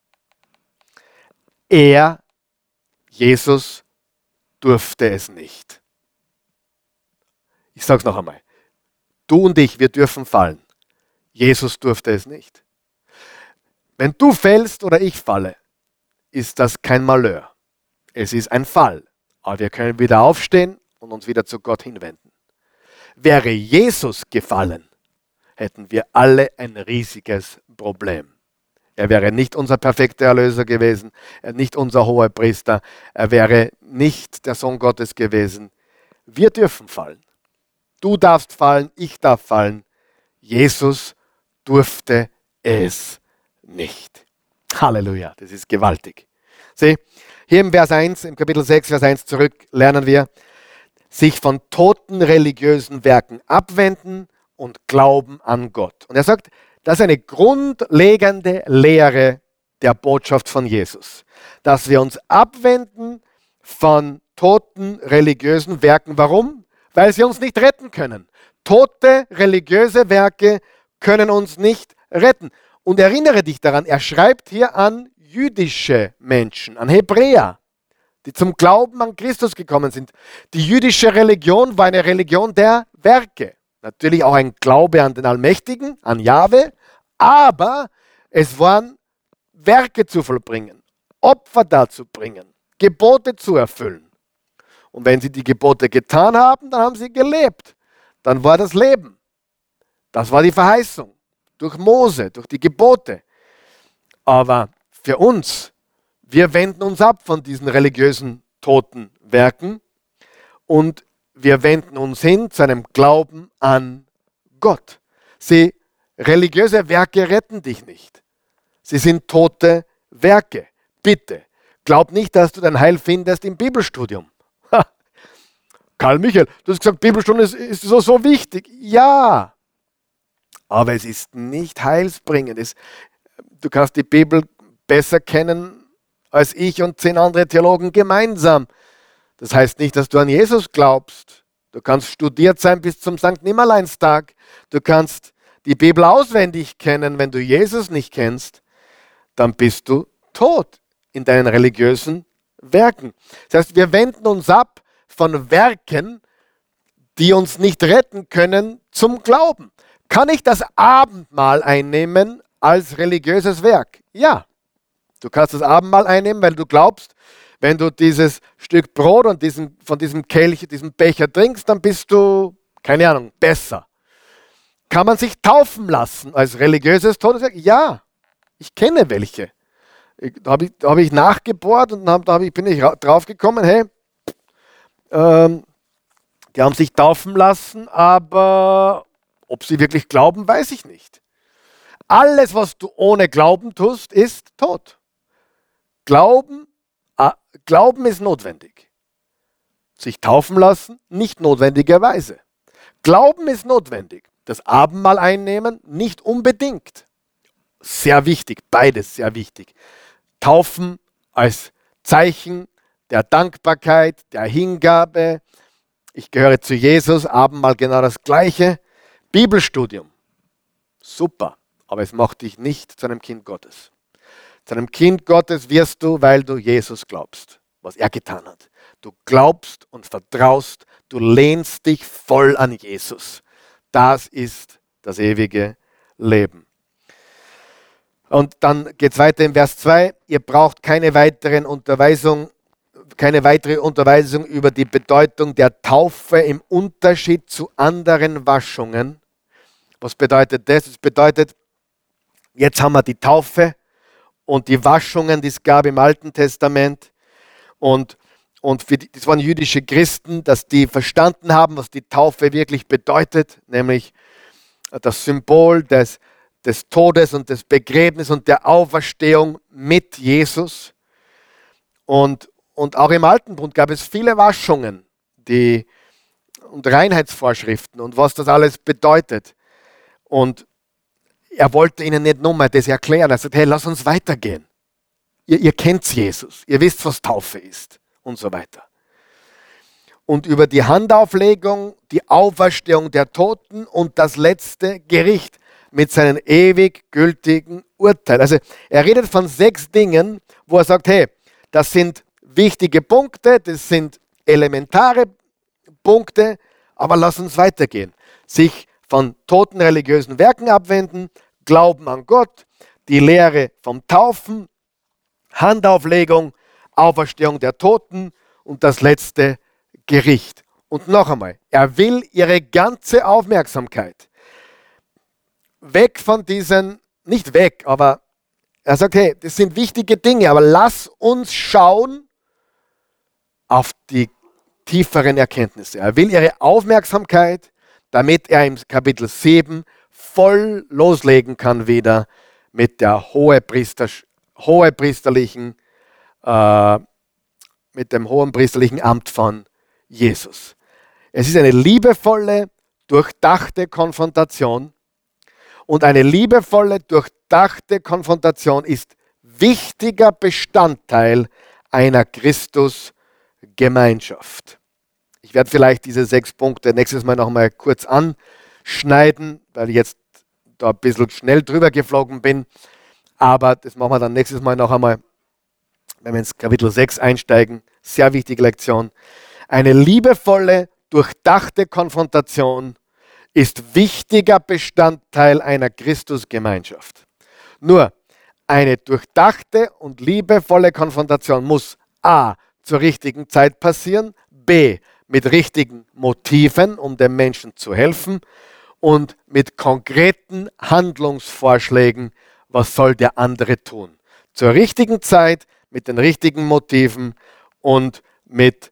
Er, Jesus, durfte es nicht. Ich sage es noch einmal. Du und ich, wir dürfen fallen. Jesus durfte es nicht. Wenn du fällst oder ich falle, ist das kein Malheur. Es ist ein Fall. Aber wir können wieder aufstehen und uns wieder zu Gott hinwenden. Wäre Jesus gefallen, hätten wir alle ein riesiges Problem. Er wäre nicht unser perfekter Erlöser gewesen, er nicht unser Hohepriester, er wäre nicht der Sohn Gottes gewesen. Wir dürfen fallen. Du darfst fallen, ich darf fallen. Jesus durfte es nicht. Halleluja, das ist gewaltig. Sieh, hier im Vers eins, im Kapitel sechs, Vers eins zurück, lernen wir, sich von toten religiösen Werken abwenden und glauben an Gott. Und er sagt, das ist eine grundlegende Lehre der Botschaft von Jesus, dass wir uns abwenden von toten religiösen Werken. Warum? Weil sie uns nicht retten können. Tote religiöse Werke können uns nicht retten. Und erinnere dich daran, er schreibt hier an jüdische Menschen, an Hebräer, die zum Glauben an Christus gekommen sind. Die jüdische Religion war eine Religion der Werke. Natürlich auch ein Glaube an den Allmächtigen, an Jahwe, aber es waren Werke zu vollbringen, Opfer darzubringen, Gebote zu erfüllen. Und wenn sie die Gebote getan haben, dann haben sie gelebt. Dann war das Leben. Das war die Verheißung. Durch Mose, durch die Gebote. Aber für uns, wir wenden uns ab von diesen religiösen toten Werken und wir wenden uns hin zu einem Glauben an Gott. Sie, religiöse Werke retten dich nicht. Sie sind tote Werke. Bitte, glaub nicht, dass du dein Heil findest im Bibelstudium. Ha. Karl Michael, du hast gesagt, Bibelstudium ist, ist so, so wichtig. Ja, aber es ist nicht heilsbringend. Es, du kannst die Bibel besser kennen als ich und zehn andere Theologen gemeinsam. Das heißt nicht, dass du an Jesus glaubst. Du kannst studiert sein bis zum Sankt Nimmerleinstag. Du kannst die Bibel auswendig kennen. Wenn du Jesus nicht kennst, dann bist du tot in deinen religiösen Werken. Das heißt, wir wenden uns ab von Werken, die uns nicht retten können, zum Glauben. Kann ich das Abendmahl einnehmen als religiöses Werk? Ja. Du kannst das Abendmahl einnehmen, weil du glaubst, wenn du dieses Stück Brot und diesen, von diesem Kelch, diesem Becher trinkst, dann bist du, keine Ahnung, besser. Kann man sich taufen lassen als religiöses Todeswerk? Ja, ich kenne welche. Ich, da habe ich, da hab ich nachgebohrt und hab, da hab ich, bin ich draufgekommen, hey, ähm, die haben sich taufen lassen, aber ob sie wirklich glauben, weiß ich nicht. Alles, was du ohne Glauben tust, ist tot. Glauben, äh, Glauben ist notwendig. Sich taufen lassen, nicht notwendigerweise. Glauben ist notwendig. Das Abendmahl einnehmen, nicht unbedingt. Sehr wichtig, beides sehr wichtig. Taufen als Zeichen der Dankbarkeit, der Hingabe. Ich gehöre zu Jesus, Abendmahl genau das Gleiche. Bibelstudium, super, aber es macht dich nicht zu einem Kind Gottes. Zu einem Kind Gottes wirst du, weil du Jesus glaubst, was er getan hat. Du glaubst und vertraust, du lehnst dich voll an Jesus. Das ist das ewige Leben. Und dann geht es weiter in Vers zwei. Ihr braucht keine weiteren Unterweisung, keine weitere Unterweisung über die Bedeutung der Taufe im Unterschied zu anderen Waschungen. Was bedeutet das? Das bedeutet, jetzt haben wir die Taufe und die Waschungen, die es gab im Alten Testament. Und, und für die, das waren jüdische Christen, dass die verstanden haben, was die Taufe wirklich bedeutet, nämlich das Symbol des, des Todes und des Begräbnisses und der Auferstehung mit Jesus. Und, und auch im Alten Bund gab es viele Waschungen die, und Reinheitsvorschriften und was das alles bedeutet. Und er wollte ihnen nicht nur mal das erklären. Er sagt, hey, lass uns weitergehen. Ihr, ihr kennt Jesus, ihr wisst, was Taufe ist und so weiter. Und über die Handauflegung, die Auferstehung der Toten und das letzte Gericht mit seinem ewig gültigen Urteil. Also er redet von sechs Dingen, wo er sagt, hey, das sind wichtige Punkte, das sind elementare Punkte, aber lass uns weitergehen. Sich von toten religiösen Werken abwenden, Glauben an Gott, die Lehre vom Taufen, Handauflegung, Auferstehung der Toten und das letzte Gericht. Und noch einmal, er will ihre ganze Aufmerksamkeit weg von diesen, nicht weg, aber er sagt, hey, das sind wichtige Dinge, aber lass uns schauen auf die tieferen Erkenntnisse. Er will ihre Aufmerksamkeit, damit er im Kapitel sieben voll loslegen kann wieder mit der Hohepriester, hohepriesterlichen, äh, mit dem hohenpriesterlichen Amt von Jesus. Es ist eine liebevolle, durchdachte Konfrontation und eine liebevolle, durchdachte Konfrontation ist wichtiger Bestandteil einer Christusgemeinschaft. Ich werde vielleicht diese sechs Punkte nächstes Mal noch mal kurz anschneiden, weil ich jetzt da ein bisschen schnell drüber geflogen bin. Aber das machen wir dann nächstes Mal noch einmal, wenn wir ins Kapitel sechs einsteigen. Sehr wichtige Lektion. Eine liebevolle, durchdachte Konfrontation ist wichtiger Bestandteil einer Christusgemeinschaft. Nur eine durchdachte und liebevolle Konfrontation muss a. zur richtigen Zeit passieren, b. mit richtigen Motiven, um dem Menschen zu helfen und mit konkreten Handlungsvorschlägen, was soll der andere tun. Zur richtigen Zeit, mit den richtigen Motiven und mit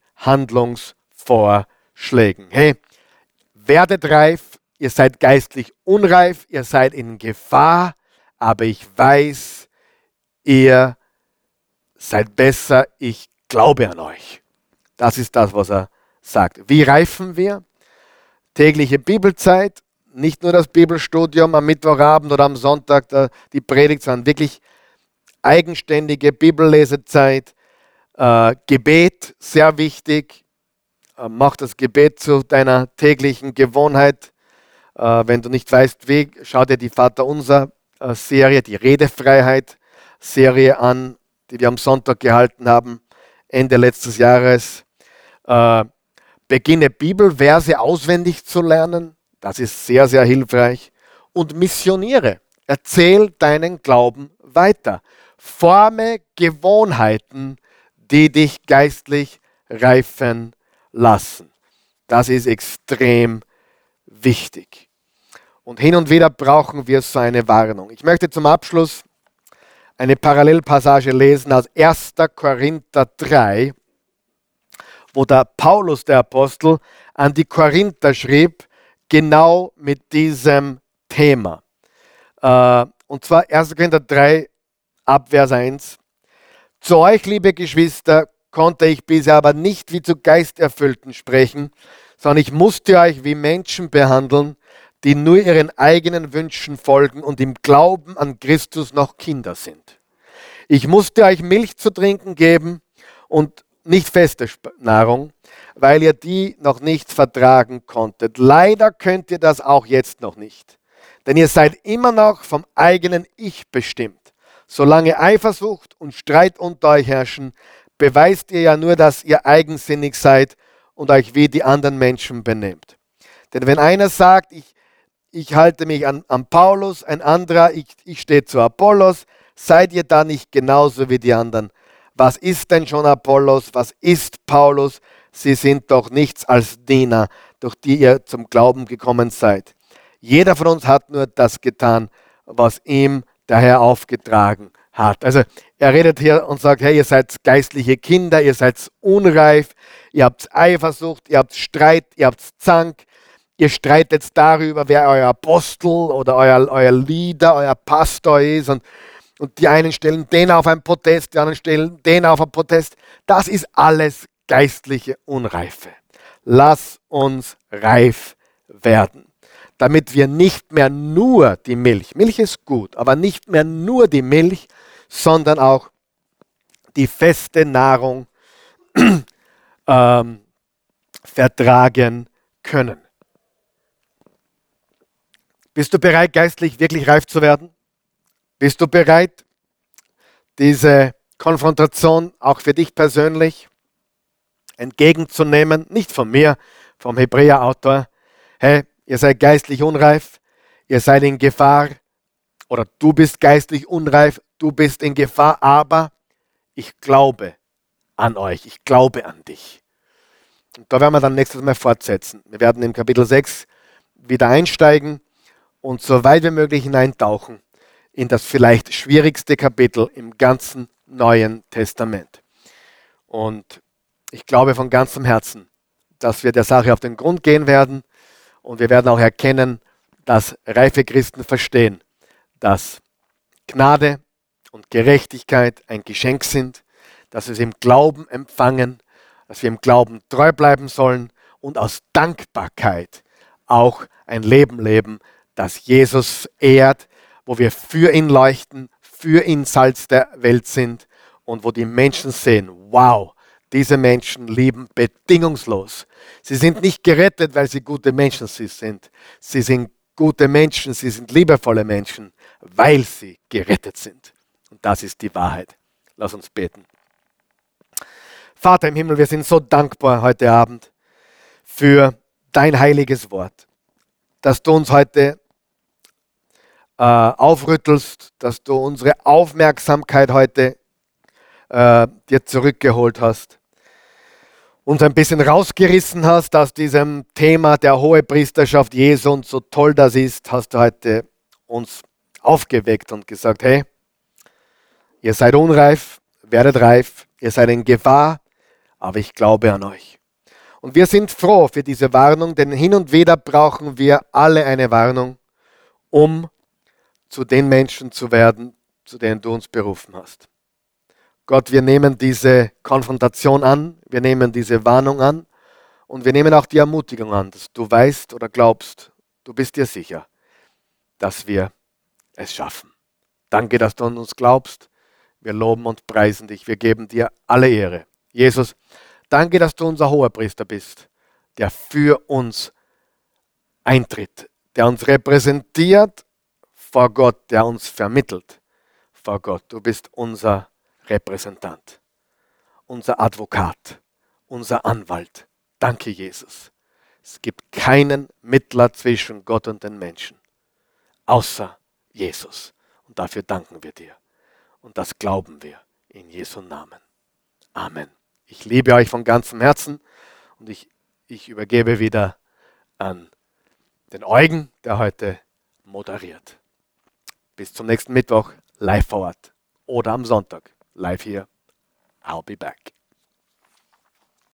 Handlungsvorschlägen. Hey, werdet reif, ihr seid geistlich unreif, ihr seid in Gefahr, aber ich weiß, ihr seid besser, ich glaube an euch. Das ist das, was er sagt. Wie reifen wir? Tägliche Bibelzeit, nicht nur das Bibelstudium am Mittwochabend oder am Sonntag, die Predigt, sondern wirklich eigenständige Bibellesezeit, äh, Gebet, sehr wichtig. Äh, mach das Gebet zu deiner täglichen Gewohnheit. Äh, wenn du nicht weißt, wie, schau dir die Vaterunser-Serie, die Redefreiheit-Serie an, die wir am Sonntag gehalten haben, Ende letztes Jahres. Äh, beginne Bibelverse auswendig zu lernen. Das ist sehr, sehr hilfreich. Und missioniere. Erzähl deinen Glauben weiter. Forme Gewohnheiten, die dich geistlich reifen lassen. Das ist extrem wichtig. Und hin und wieder brauchen wir so eine Warnung. Ich möchte zum Abschluss eine Parallelpassage lesen aus erster Korinther drei, wo der Paulus, der Apostel, an die Korinther schrieb, genau mit diesem Thema. Und zwar erster Korinther drei, ab Vers eins. Zu euch, liebe Geschwister, konnte ich bisher aber nicht wie zu Geisterfüllten sprechen, sondern ich musste euch wie Menschen behandeln, die nur ihren eigenen Wünschen folgen und im Glauben an Christus noch Kinder sind. Ich musste euch Milch zu trinken geben und nicht feste Nahrung, weil ihr die noch nicht vertragen konntet. Leider könnt ihr das auch jetzt noch nicht, denn ihr seid immer noch vom eigenen Ich bestimmt. Solange Eifersucht und Streit unter euch herrschen, beweist ihr ja nur, dass ihr eigensinnig seid und euch wie die anderen Menschen benehmt. Denn wenn einer sagt, ich, ich halte mich an, an Paulus, ein anderer, ich, ich stehe zu Apollos, seid ihr da nicht genauso wie die anderen? Was ist denn schon Apollos? Was ist Paulus? Sie sind doch nichts als Diener, durch die ihr zum Glauben gekommen seid. Jeder von uns hat nur das getan, was ihm der Herr aufgetragen hat. Also er redet hier und sagt, hey, ihr seid geistliche Kinder, ihr seid unreif, ihr habt Eifersucht, ihr habt Streit, ihr habt Zank, ihr streitet darüber, wer euer Apostel oder euer, euer Leader, euer Pastor ist und, und die einen stellen den auf einen Protest, die anderen stellen den auf einen Protest. Das ist alles geistliche Unreife. Lass uns reif werden, damit wir nicht mehr nur die Milch, Milch ist gut, aber nicht mehr nur die Milch, sondern auch die feste Nahrung ähm, vertragen können. Bist du bereit, geistlich wirklich reif zu werden? Bist du bereit, diese Konfrontation auch für dich persönlich entgegenzunehmen? Nicht von mir, vom Hebräer-Autor. Hey, ihr seid geistlich unreif, ihr seid in Gefahr oder du bist geistlich unreif, du bist in Gefahr, aber ich glaube an euch, ich glaube an dich. Und da werden wir dann nächstes Mal fortsetzen. Wir werden im Kapitel sechs wieder einsteigen und so weit wie möglich hineintauchen in das vielleicht schwierigste Kapitel im ganzen Neuen Testament. Und ich glaube von ganzem Herzen, dass wir der Sache auf den Grund gehen werden und wir werden auch erkennen, dass reife Christen verstehen, dass Gnade und Gerechtigkeit ein Geschenk sind, dass wir es im Glauben empfangen, dass wir im Glauben treu bleiben sollen und aus Dankbarkeit auch ein Leben leben, das Jesus ehrt, wo wir für ihn leuchten, für ihn Salz der Welt sind und wo die Menschen sehen, wow, diese Menschen lieben bedingungslos. Sie sind nicht gerettet, weil sie gute Menschen sind. Sie sind gute Menschen, sie sind liebevolle Menschen, weil sie gerettet sind. Und das ist die Wahrheit. Lass uns beten. Vater im Himmel, wir sind so dankbar heute Abend für dein heiliges Wort, dass du uns heute äh, aufrüttelst, dass du unsere Aufmerksamkeit heute äh, dir zurückgeholt hast. uns ein bisschen rausgerissen hast aus diesem Thema der Hohepriesterschaft Jesu und so toll das ist, hast du heute uns aufgeweckt und gesagt, hey, ihr seid unreif, werdet reif, ihr seid in Gefahr, aber ich glaube an euch. Und wir sind froh für diese Warnung, denn hin und wieder brauchen wir alle eine Warnung, um zu den Menschen zu werden, zu denen du uns berufen hast. Gott, wir nehmen diese Konfrontation an, wir nehmen diese Warnung an und wir nehmen auch die Ermutigung an, dass du weißt oder glaubst, du bist dir sicher, dass wir es schaffen. Danke, dass du an uns glaubst. Wir loben und preisen dich. Wir geben dir alle Ehre. Jesus, danke, dass du unser Hohepriester bist, der für uns eintritt, der uns repräsentiert vor Gott, der uns vermittelt vor Gott. Du bist unser Repräsentant, unser Advokat, unser Anwalt. Danke, Jesus. Es gibt keinen Mittler zwischen Gott und den Menschen, außer Jesus. Und dafür danken wir dir. Und das glauben wir in Jesu Namen. Amen. Ich liebe euch von ganzem Herzen und ich, ich übergebe wieder an den Eugen, der heute moderiert. Bis zum nächsten Mittwoch, live vor Ort oder am Sonntag, live hier. I'll be back.